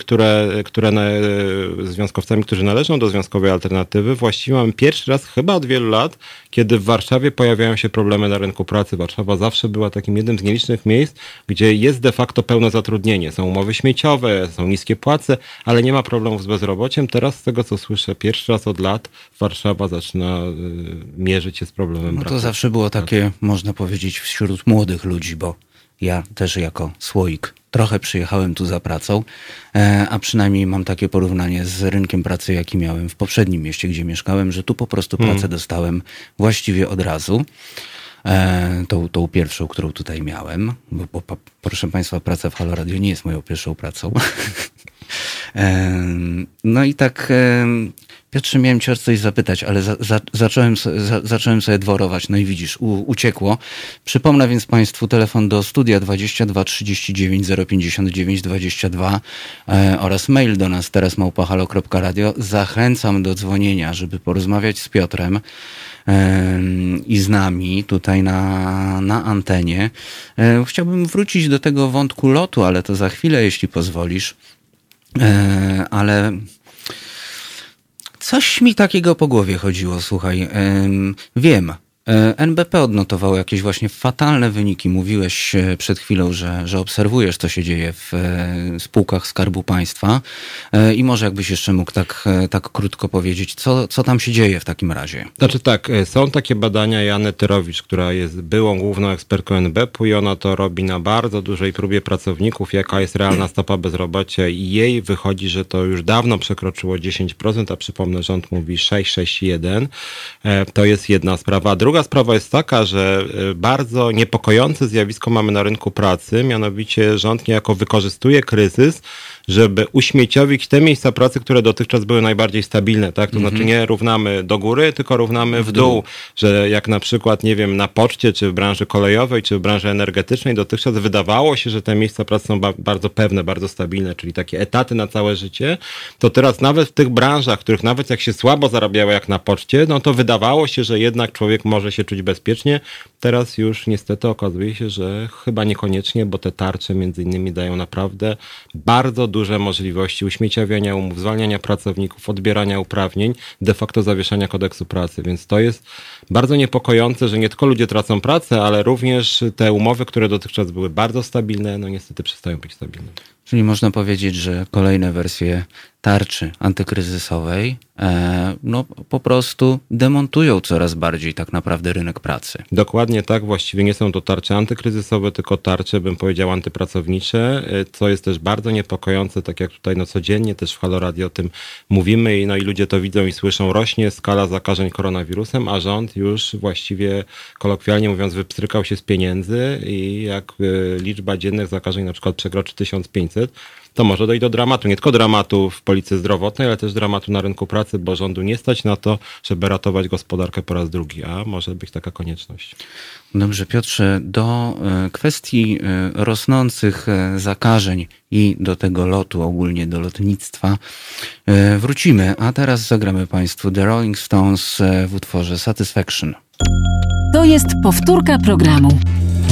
S9: którzy należą do związkowej alternatywy, właściwie mamy pierwszy raz chyba od wielu lat, kiedy w Warszawie pojawiają się problemy na rynku pracy. Warszawa zawsze była takim jednym z nielicznych miejsc, gdzie jest de facto pełne zatrudnienie. Są umowy śmieciowe, są niskie płace, ale nie ma problemów z bezrobociem. Teraz z tego, co słyszę, pierwszy raz od lat Warszawa zaczyna mierzyć się z problemem braku.
S2: To zawsze było takie, można powiedzieć, wśród młodych ludzi, bo ja też jako słoik trochę przyjechałem tu za pracą, a przynajmniej mam takie porównanie z rynkiem pracy, jaki miałem w poprzednim mieście, gdzie mieszkałem, że tu po prostu pracę dostałem właściwie od razu. Tą pierwszą, którą tutaj miałem, bo proszę Państwa, praca w Halo Radio nie jest moją pierwszą pracą. No i tak, Piotrze, miałem cię o coś zapytać, ale zacząłem sobie dworować, no i widzisz, uciekło. Przypomnę więc Państwu telefon do studia 22 39 059 22 oraz mail do nas teraz @halo.radio. Zachęcam do dzwonienia, żeby porozmawiać z Piotrem i z nami tutaj na antenie. Chciałbym wrócić do tego wątku lotu, ale to za chwilę, jeśli pozwolisz. Ale coś mi takiego po głowie chodziło, słuchaj. Wiem, NBP odnotował jakieś właśnie fatalne wyniki. Mówiłeś przed chwilą, że obserwujesz, co się dzieje w spółkach Skarbu Państwa i może jakbyś jeszcze mógł tak krótko powiedzieć, co tam się dzieje w takim razie.
S9: Znaczy tak, są takie badania Jany Tyrowicz, która jest byłą główną ekspertką NBP-u i ona to robi na bardzo dużej próbie pracowników, jaka jest realna stopa bezrobocia i jej wychodzi, że to już dawno przekroczyło 10%, a przypomnę, rząd mówi 6,1. To jest jedna sprawa. Druga sprawa jest taka, że bardzo niepokojące zjawisko mamy na rynku pracy, mianowicie rząd niejako wykorzystuje kryzys, żeby uśmieciowić te miejsca pracy, które dotychczas były najbardziej stabilne, tak? To znaczy nie równamy do góry, tylko równamy w dół, że jak na przykład, nie wiem, na poczcie, czy w branży kolejowej, czy w branży energetycznej dotychczas wydawało się, że te miejsca pracy są bardzo pewne, bardzo stabilne, czyli takie etaty na całe życie, to teraz nawet w tych branżach, których nawet jak się słabo zarabiało jak na poczcie, no to wydawało się, że jednak człowiek może się czuć bezpiecznie. Teraz już niestety okazuje się, że chyba niekoniecznie, bo te tarcze między innymi dają naprawdę bardzo duże możliwości uśmieciawiania umów, zwalniania pracowników, odbierania uprawnień, de facto zawieszania kodeksu pracy. Więc to jest bardzo niepokojące, że nie tylko ludzie tracą pracę, ale również te umowy, które dotychczas były bardzo stabilne, no niestety przestają być stabilne.
S2: Czyli można powiedzieć, że kolejne wersje tarczy antykryzysowej no po prostu demontują coraz bardziej tak naprawdę rynek pracy.
S9: Dokładnie tak, właściwie nie są to tarcze antykryzysowe, tylko tarcze, bym powiedział, antypracownicze, co jest też bardzo niepokojące, tak jak tutaj codziennie też w Halo Radio o tym mówimy i ludzie to widzą i słyszą, rośnie skala zakażeń koronawirusem, a rząd już właściwie kolokwialnie mówiąc wypstrykał się z pieniędzy i jak liczba dziennych zakażeń na przykład przekroczy 1500, to może dojść do dramatu. Nie tylko dramatu w policji zdrowotnej, ale też dramatu na rynku pracy, bo rządu nie stać na to, żeby ratować gospodarkę po raz drugi, a może być taka konieczność.
S2: Dobrze, Piotrze, do kwestii rosnących zakażeń i do tego lotu, ogólnie do lotnictwa wrócimy, a teraz zagramy Państwu The Rolling Stones w utworze Satisfaction.
S1: To jest powtórka programu.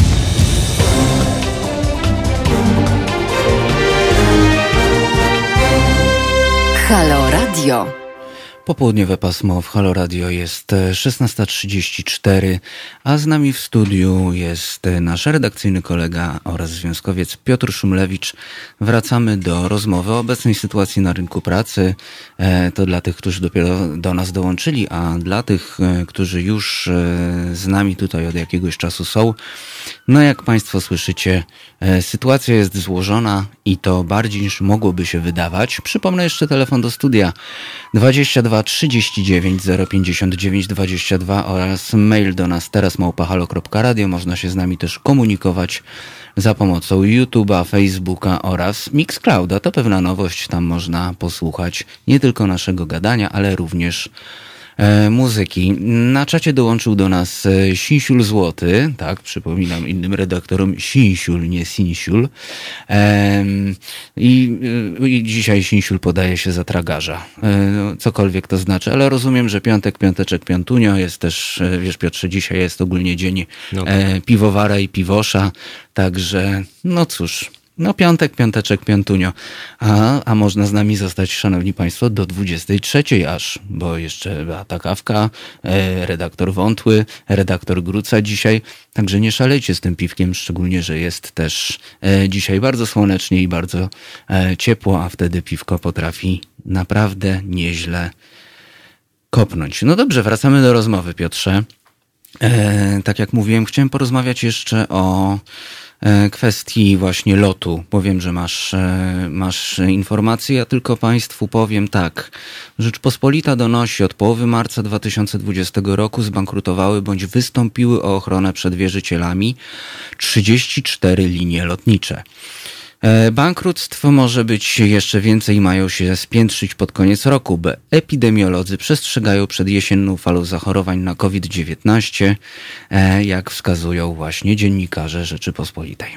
S6: Halo Radio.
S2: Popołudniowe pasmo w Halo Radio jest 16:34, a z nami w studiu jest nasz redakcyjny kolega oraz związkowiec Piotr Szumlewicz. Wracamy do rozmowy o obecnej sytuacji na rynku pracy. To dla tych, którzy dopiero do nas dołączyli, a dla tych, którzy już z nami tutaj od jakiegoś czasu są, no jak Państwo słyszycie, sytuacja jest złożona i to bardziej niż mogłoby się wydawać. Przypomnę jeszcze telefon do studia 22 39 059 22 oraz mail do nas teraz@halo.radio. Można się z nami też komunikować za pomocą YouTube'a, Facebooka oraz Mixclouda. To pewna nowość, tam można posłuchać nie tylko naszego gadania, ale również muzyki. Na czacie dołączył do nas Sinsiul Złoty, tak, przypominam innym redaktorom Sinsiul, nie Sinsiul. I dzisiaj Sinsiul podaje się za tragarza. Cokolwiek to znaczy, ale rozumiem, że piąteczek, piątunio jest też, wiesz Piotrze, dzisiaj jest ogólnie dzień piwowara i piwosza, także no cóż. No piąteczek, piątunio. A można z nami zostać, szanowni państwo, do 23 aż, bo jeszcze Beata Kawka, redaktor Wątły, redaktor Gruca dzisiaj. Także nie szalejcie z tym piwkiem, szczególnie, że jest też dzisiaj bardzo słonecznie i bardzo ciepło, a wtedy piwko potrafi naprawdę nieźle kopnąć. No dobrze, wracamy do rozmowy, Piotrze. Tak jak mówiłem, chciałem porozmawiać jeszcze o kwestii właśnie lotu. Powiem, że masz informacje, ja tylko Państwu powiem tak. Rzeczpospolita donosi, od połowy marca 2020 roku zbankrutowały bądź wystąpiły o ochronę przed wierzycielami 34 linie lotnicze. Bankructw może być jeszcze więcej i mają się spiętrzyć pod koniec roku, bo epidemiolodzy przestrzegają przed jesienną falą zachorowań na COVID-19, jak wskazują właśnie dziennikarze Rzeczypospolitej.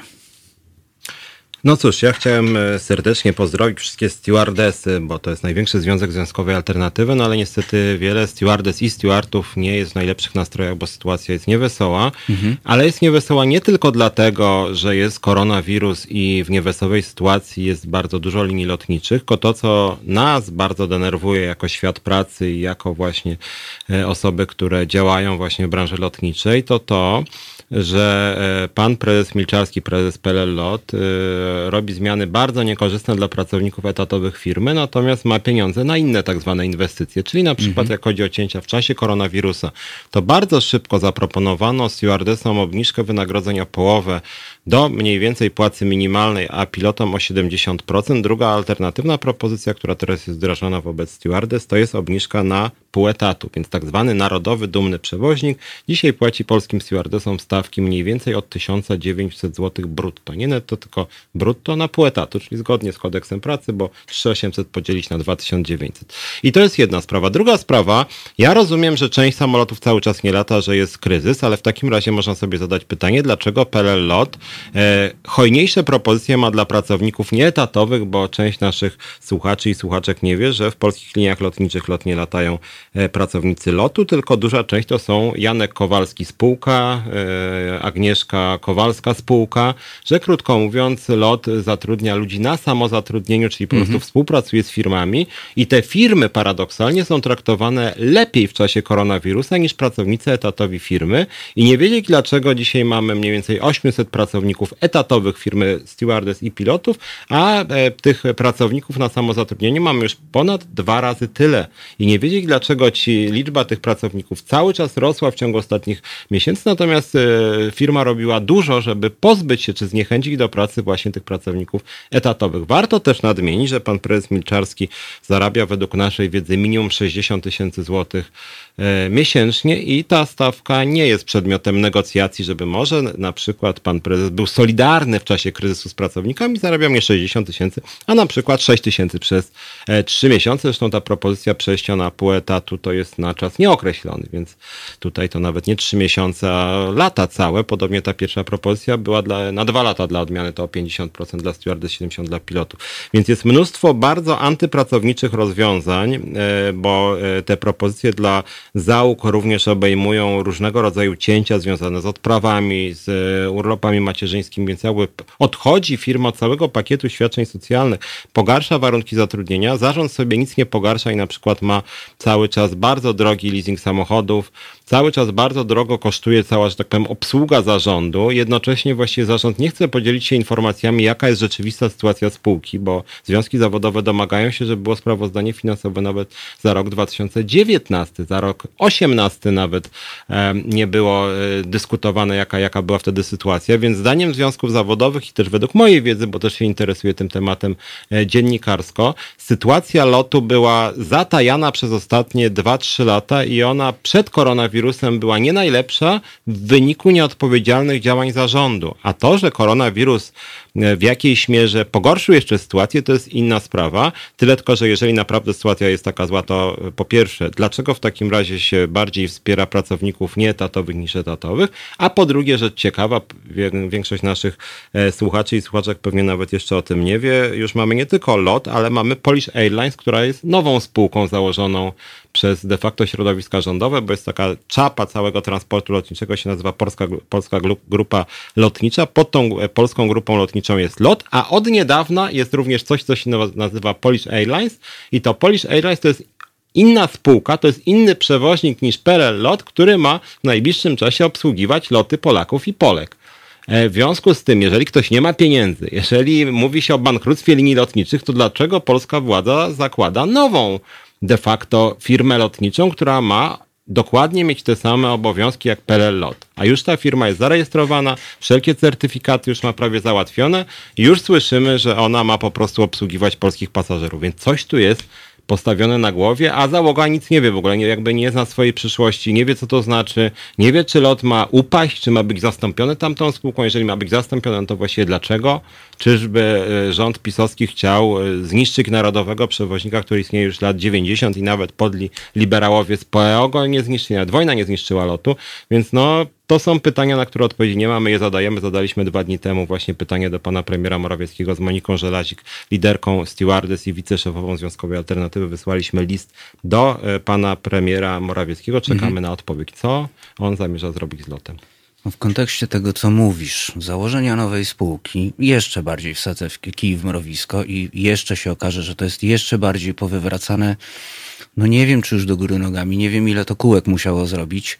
S9: No cóż, ja chciałem serdecznie pozdrowić wszystkie stewardesy, bo to jest największy związek związkowej alternatywy, no ale niestety wiele stewardes i stewardów nie jest w najlepszych nastrojach, bo sytuacja jest niewesoła, ale jest niewesoła nie tylko dlatego, że jest koronawirus i w niewesołej sytuacji jest bardzo dużo linii lotniczych, tylko to, co nas bardzo denerwuje jako świat pracy i jako właśnie osoby, które działają właśnie w branży lotniczej, to, że pan prezes Milczarski, prezes PLL LOT, robi zmiany bardzo niekorzystne dla pracowników etatowych firmy, natomiast ma pieniądze na inne tak zwane inwestycje, czyli na przykład jak chodzi o cięcia w czasie koronawirusa, to bardzo szybko zaproponowano stewardesom obniżkę wynagrodzeń o połowę do mniej więcej płacy minimalnej, a pilotom o 70%. Druga alternatywna propozycja, która teraz jest wdrażana wobec stewardes, to jest obniżka na pół etatu, więc tak zwany narodowy dumny przewoźnik dzisiaj płaci polskim stewardesom stawki mniej więcej od 1900 zł brutto. Nie netto, tylko brutto na pół etatu, czyli zgodnie z kodeksem pracy, bo 3800 podzielić na 2900. I to jest jedna sprawa. Druga sprawa, ja rozumiem, że część samolotów cały czas nie lata, że jest kryzys, ale w takim razie można sobie zadać pytanie, dlaczego PLL LOT hojniejsze propozycje ma dla pracowników nieetatowych, bo część naszych słuchaczy i słuchaczek nie wie, że w polskich liniach lotniczych nie latają pracownicy LOT-u, tylko duża część to są Janek Kowalski spółka, Agnieszka Kowalska spółka, że krótko mówiąc LOT LOT zatrudnia ludzi na samozatrudnieniu, czyli po prostu współpracuje z firmami i te firmy paradoksalnie są traktowane lepiej w czasie koronawirusa niż pracownicy etatowi firmy i nie wiedzieć dlaczego dzisiaj mamy mniej więcej 800 pracowników etatowych firmy stewardess i pilotów, a tych pracowników na samozatrudnieniu mamy już ponad 2 razy tyle i nie wiedzieć dlaczego liczba tych pracowników cały czas rosła w ciągu ostatnich miesięcy, natomiast firma robiła dużo, żeby pozbyć się czy zniechęcić do pracy właśnie tych pracowników etatowych. Warto też nadmienić, że pan prezes Milczarski zarabia według naszej wiedzy minimum 60 000 złotych miesięcznie i ta stawka nie jest przedmiotem negocjacji, żeby może na przykład pan prezes był solidarny w czasie kryzysu z pracownikami, zarabiał nie 60 000, a na przykład 6 000 przez 3 miesiące. Zresztą ta propozycja przejścia na pół etatu to jest na czas nieokreślony, więc tutaj to nawet nie 3 miesiące, a lata całe. Podobnie ta pierwsza propozycja była na 2 lata dla odmiany, to o 50% dla stewardess, 70% dla pilotów. Więc jest mnóstwo bardzo antypracowniczych rozwiązań, bo te propozycje dla załóg również obejmują różnego rodzaju cięcia związane z odprawami, z urlopami macierzyńskimi, więc jakby odchodzi firma od całego pakietu świadczeń socjalnych, pogarsza warunki zatrudnienia, zarząd sobie nic nie pogarsza i na przykład ma cały czas bardzo drogi leasing samochodów, cały czas bardzo drogo kosztuje cała, że tak powiem, obsługa zarządu. Jednocześnie właściwie zarząd nie chce podzielić się informacjami, jaka jest rzeczywista sytuacja spółki, bo związki zawodowe domagają się, żeby było sprawozdanie finansowe nawet za rok 2019, za rok 2018 nawet nie było dyskutowane, jaka była wtedy sytuacja, więc zdaniem związków zawodowych i też według mojej wiedzy, bo też się interesuję tym tematem dziennikarsko, sytuacja LOT-u była zatajana przez ostatnie 2-3 lata i ona przed koronawirusem była nie najlepsza w wyniku nieodpowiedzialnych działań zarządu. A to, że koronawirus w jakiejś mierze pogorszył jeszcze sytuację, to jest inna sprawa. Tyle tylko, że jeżeli naprawdę sytuacja jest taka zła, to po pierwsze, dlaczego w takim razie się bardziej wspiera pracowników nieetatowych niż etatowych, a po drugie, rzecz ciekawa, większość naszych słuchaczy i słuchaczek pewnie nawet jeszcze o tym nie wie, już mamy nie tylko LOT, ale mamy Polish Airlines, która jest nową spółką założoną przez de facto środowiska rządowe, bo jest taka czapa całego transportu lotniczego, się nazywa Polska Grupa Lotnicza. Pod tą Polską Grupą Lotniczą jest LOT, a od niedawna jest również coś, co się nazywa Polish Airlines i to Polish Airlines to jest inna spółka, to jest inny przewoźnik niż PLL LOT, który ma w najbliższym czasie obsługiwać loty Polaków i Polek. W związku z tym, jeżeli ktoś nie ma pieniędzy, jeżeli mówi się o bankructwie linii lotniczych, to dlaczego polska władza zakłada nową de facto firmę lotniczą, która ma dokładnie mieć te same obowiązki jak PLL LOT. A już ta firma jest zarejestrowana, wszelkie certyfikaty już ma prawie załatwione i już słyszymy, że ona ma po prostu obsługiwać polskich pasażerów. Więc coś tu jest postawione na głowie, a załoga nic nie wie w ogóle, jakby nie zna swojej przyszłości, nie wie co to znaczy, nie wie czy LOT ma upaść, czy ma być zastąpiony tamtą spółką, jeżeli ma być zastąpiony, to właściwie dlaczego? Czyżby rząd pisowski chciał zniszczyć narodowego przewoźnika, który istnieje już lat 90 i nawet podli liberałowie z PO go nie zniszczyli, nawet wojna nie zniszczyła LOT-u, więc no to są pytania, na które odpowiedzi nie mamy, je zadajemy. Zadaliśmy 2 dni temu właśnie pytanie do pana premiera Morawieckiego z Moniką Żelazik, liderką stewardess i wiceszefową Związkowej Alternatywy. Wysłaliśmy list do pana premiera Morawieckiego. Czekamy na odpowiedź. Co on zamierza zrobić z LOT-em?
S2: W kontekście tego, co mówisz, założenia nowej spółki, jeszcze bardziej wsadzę kij w mrowisko i jeszcze się okaże, że to jest jeszcze bardziej powywracane. No nie wiem, czy już do góry nogami, nie wiem, ile to kółek musiało zrobić.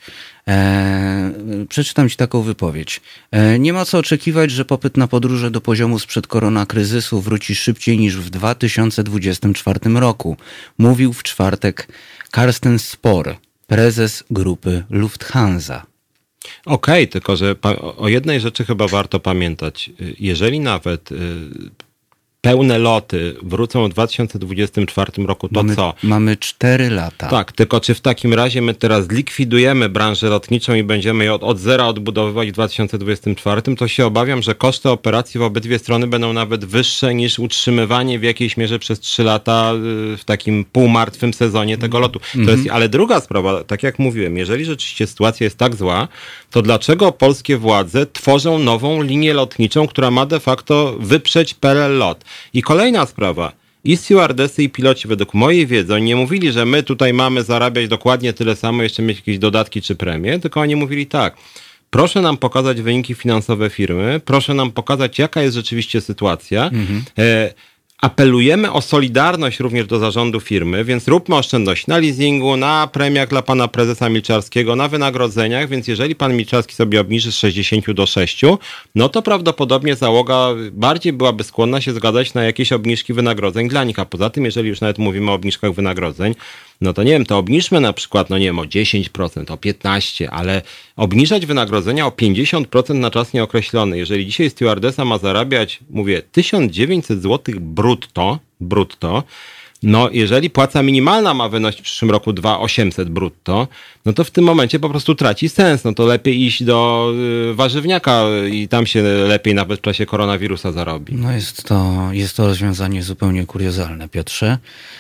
S2: Przeczytam ci taką wypowiedź. Nie ma co oczekiwać, że popyt na podróże do poziomu sprzed koronakryzysu wróci szybciej niż w 2024 roku. Mówił w czwartek Carsten Spohr, prezes grupy Lufthansa.
S9: Okej, tylko że o jednej rzeczy chyba warto pamiętać. Jeżeli nawet pełne loty wrócą w 2024 roku, to co?
S2: Mamy 4 lata.
S9: Tak, tylko czy w takim razie my teraz zlikwidujemy branżę lotniczą i będziemy ją od zera odbudowywać w 2024, to się obawiam, że koszty operacji w obydwie strony będą nawet wyższe niż utrzymywanie w jakiejś mierze przez 3 lata w takim półmartwym sezonie tego lotu. To jest, ale druga sprawa, tak jak mówiłem, jeżeli rzeczywiście sytuacja jest tak zła, to dlaczego polskie władze tworzą nową linię lotniczą, która ma de facto wyprzeć PLL LOT? I kolejna sprawa. I stewardessy i piloci według mojej wiedzy, oni nie mówili, że my tutaj mamy zarabiać dokładnie tyle samo, jeszcze mieć jakieś dodatki czy premie, tylko oni mówili tak. proszę nam pokazać wyniki finansowe firmy, proszę nam pokazać, jaka jest rzeczywiście sytuacja. Apelujemy o solidarność również do zarządu firmy, więc róbmy oszczędność na leasingu, na premiach dla pana prezesa Milczarskiego, na wynagrodzeniach, więc jeżeli pan Milczarski sobie obniży z 60 do 6, no to prawdopodobnie załoga bardziej byłaby skłonna się zgadzać na jakieś obniżki wynagrodzeń dla nich, a poza tym, jeżeli już nawet mówimy o obniżkach wynagrodzeń, no to nie wiem, to obniżmy na przykład, no nie wiem, o 10%, o 15%, ale obniżać wynagrodzenia o 50% na czas nieokreślony. Jeżeli dzisiaj stewardessa ma zarabiać, mówię, 1900 zł brutto, no jeżeli płaca minimalna ma wynosić w przyszłym roku 2800 brutto, no to w tym momencie po prostu traci sens. No to lepiej iść do warzywniaka i tam się lepiej nawet w czasie koronawirusa zarobi.
S2: No jest to rozwiązanie zupełnie kuriozalne, Piotrze.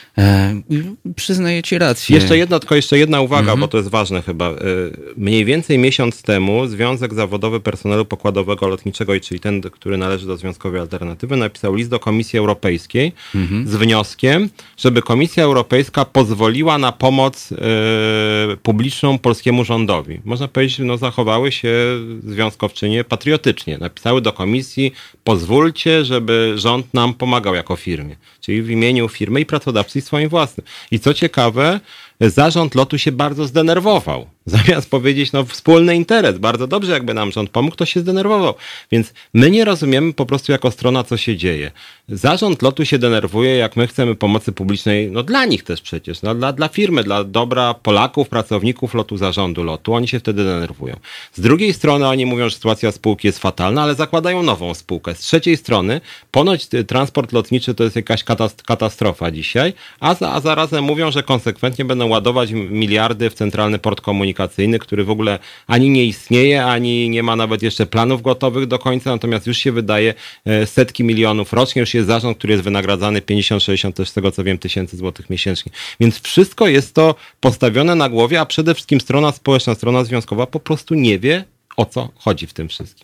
S2: Przyznaję ci rację.
S9: Jeszcze jedna uwaga, bo to jest ważne chyba. Mniej więcej miesiąc temu Związek Zawodowy Personelu Pokładowego Lotniczego, czyli ten, który należy do Związkowej Alternatywy, napisał list do Komisji Europejskiej z wnioskiem, żeby Komisja Europejska pozwoliła na pomoc publiczną polskiemu rządowi. Można powiedzieć, no zachowały się związkowczynie patriotycznie. Napisały do Komisji, pozwólcie, żeby rząd nam pomagał jako firmie. Czyli w imieniu firmy i pracodawcy swoim własnym. I co ciekawe, zarząd LOT-u się bardzo zdenerwował. Zamiast powiedzieć, no wspólny interes, bardzo dobrze jakby nam rząd pomógł, to się zdenerwował. Więc my nie rozumiemy po prostu jako strona, co się dzieje. Zarząd LOT-u się denerwuje, jak my chcemy pomocy publicznej, no dla nich też przecież, no dla firmy, dla dobra Polaków, pracowników LOT-u, zarządu LOT-u, oni się wtedy denerwują. Z drugiej strony oni mówią, że sytuacja spółki jest fatalna, ale zakładają nową spółkę. Z trzeciej strony ponoć transport lotniczy to jest jakaś katastrofa dzisiaj, a zarazem mówią, że konsekwentnie będą ładować miliardy w Centralny Port Komunikacyjny, który w ogóle ani nie istnieje, ani nie ma nawet jeszcze planów gotowych do końca, natomiast już się wydaje setki milionów rocznie, już jest zarząd, który jest wynagradzany 50-60 też z tego co wiem tysięcy złotych miesięcznie. Więc wszystko jest to postawione na głowie, a przede wszystkim strona społeczna, strona związkowa po prostu nie wie, o co chodzi w tym wszystkim.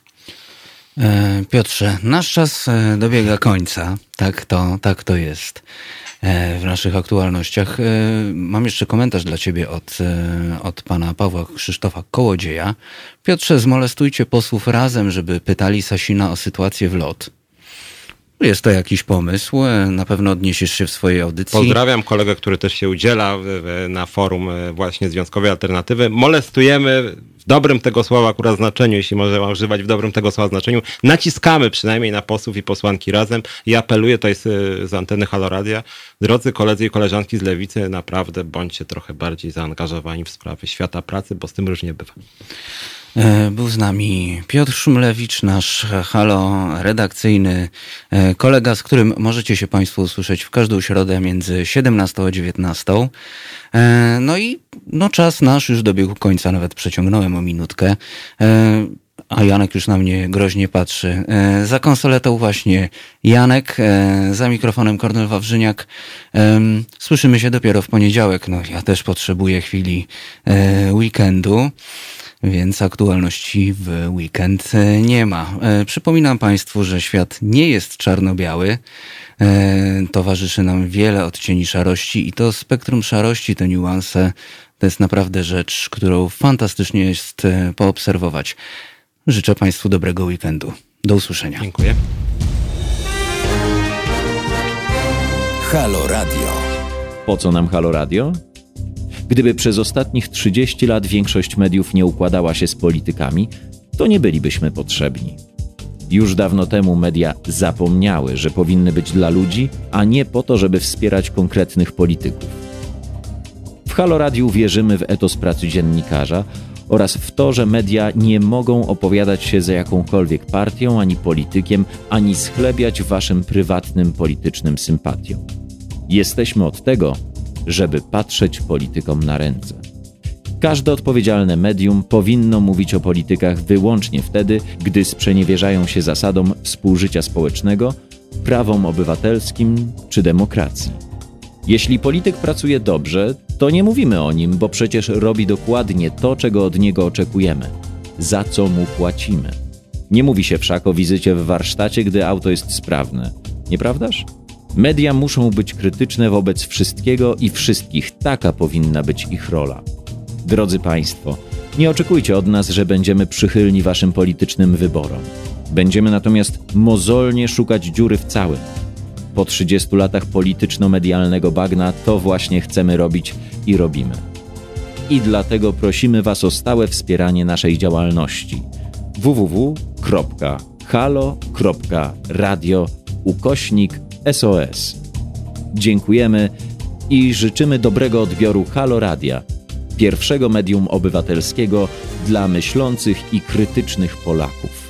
S2: Piotrze, nasz czas dobiega końca. Tak to jest w naszych aktualnościach. Mam jeszcze komentarz dla ciebie od pana Pawła Krzysztofa Kołodzieja. Piotrze, zmolestujcie posłów razem, żeby pytali Sasina o sytuację w LOT. Jest to jakiś pomysł, na pewno odniesiesz się w swojej audycji.
S9: Pozdrawiam kolegę, który też się udziela na forum właśnie Związkowej Alternatywy. Molestujemy w dobrym tego słowa akurat znaczeniu, jeśli można używać w dobrym tego słowa znaczeniu. Naciskamy przynajmniej na posłów i posłanki razem i apeluję tutaj z anteny Halo Radia. Drodzy koledzy i koleżanki z Lewicy, naprawdę bądźcie trochę bardziej zaangażowani w sprawy świata pracy, bo z tym różnie bywa.
S2: Był z nami Piotr Szumlewicz, nasz Halo redakcyjny kolega, z którym możecie się Państwo usłyszeć w każdą środę między 17 a 19. No i czas nasz już dobiegł końca, nawet przeciągnąłem o minutkę. A Janek już na mnie groźnie patrzy. Za konsoletą właśnie Janek, za mikrofonem Kornel Wawrzyniak. Słyszymy się dopiero w poniedziałek. No ja też potrzebuję chwili weekendu. Więc aktualności w weekend nie ma. Przypominam Państwu, że świat nie jest czarno-biały. Towarzyszy nam wiele odcieni szarości i to spektrum szarości, te niuanse, to jest naprawdę rzecz, którą fantastycznie jest poobserwować. Życzę Państwu dobrego weekendu. Do usłyszenia.
S9: Dziękuję.
S4: Halo Radio.
S10: Po co nam Halo Radio? Gdyby przez ostatnich 30 lat większość mediów nie układała się z politykami, to nie bylibyśmy potrzebni. Już dawno temu media zapomniały, że powinny być dla ludzi, a nie po to, żeby wspierać konkretnych polityków. W Halo Radiu wierzymy w etos pracy dziennikarza oraz w to, że media nie mogą opowiadać się za jakąkolwiek partią ani politykiem, ani schlebiać waszym prywatnym politycznym sympatiom. Jesteśmy od tego, żeby patrzeć politykom na ręce. Każde odpowiedzialne medium powinno mówić o politykach wyłącznie wtedy, gdy sprzeniewierzają się zasadom współżycia społecznego, prawom obywatelskim czy demokracji. Jeśli polityk pracuje dobrze, to nie mówimy o nim, bo przecież robi dokładnie to, czego od niego oczekujemy, za co mu płacimy. Nie mówi się wszak o wizycie w warsztacie, gdy auto jest sprawne. Nieprawdaż? Media muszą być krytyczne wobec wszystkiego i wszystkich. Taka powinna być ich rola. Drodzy Państwo, Nie oczekujcie od nas, że będziemy przychylni waszym politycznym wyborom. Będziemy natomiast mozolnie szukać dziury w całym. Po 30 latach polityczno-medialnego bagna to właśnie chcemy robić i robimy. I dlatego prosimy was o stałe wspieranie naszej działalności. www.halo.radio/SOS. Dziękujemy i życzymy dobrego odbioru Halo Radia, pierwszego medium obywatelskiego dla myślących i krytycznych Polaków.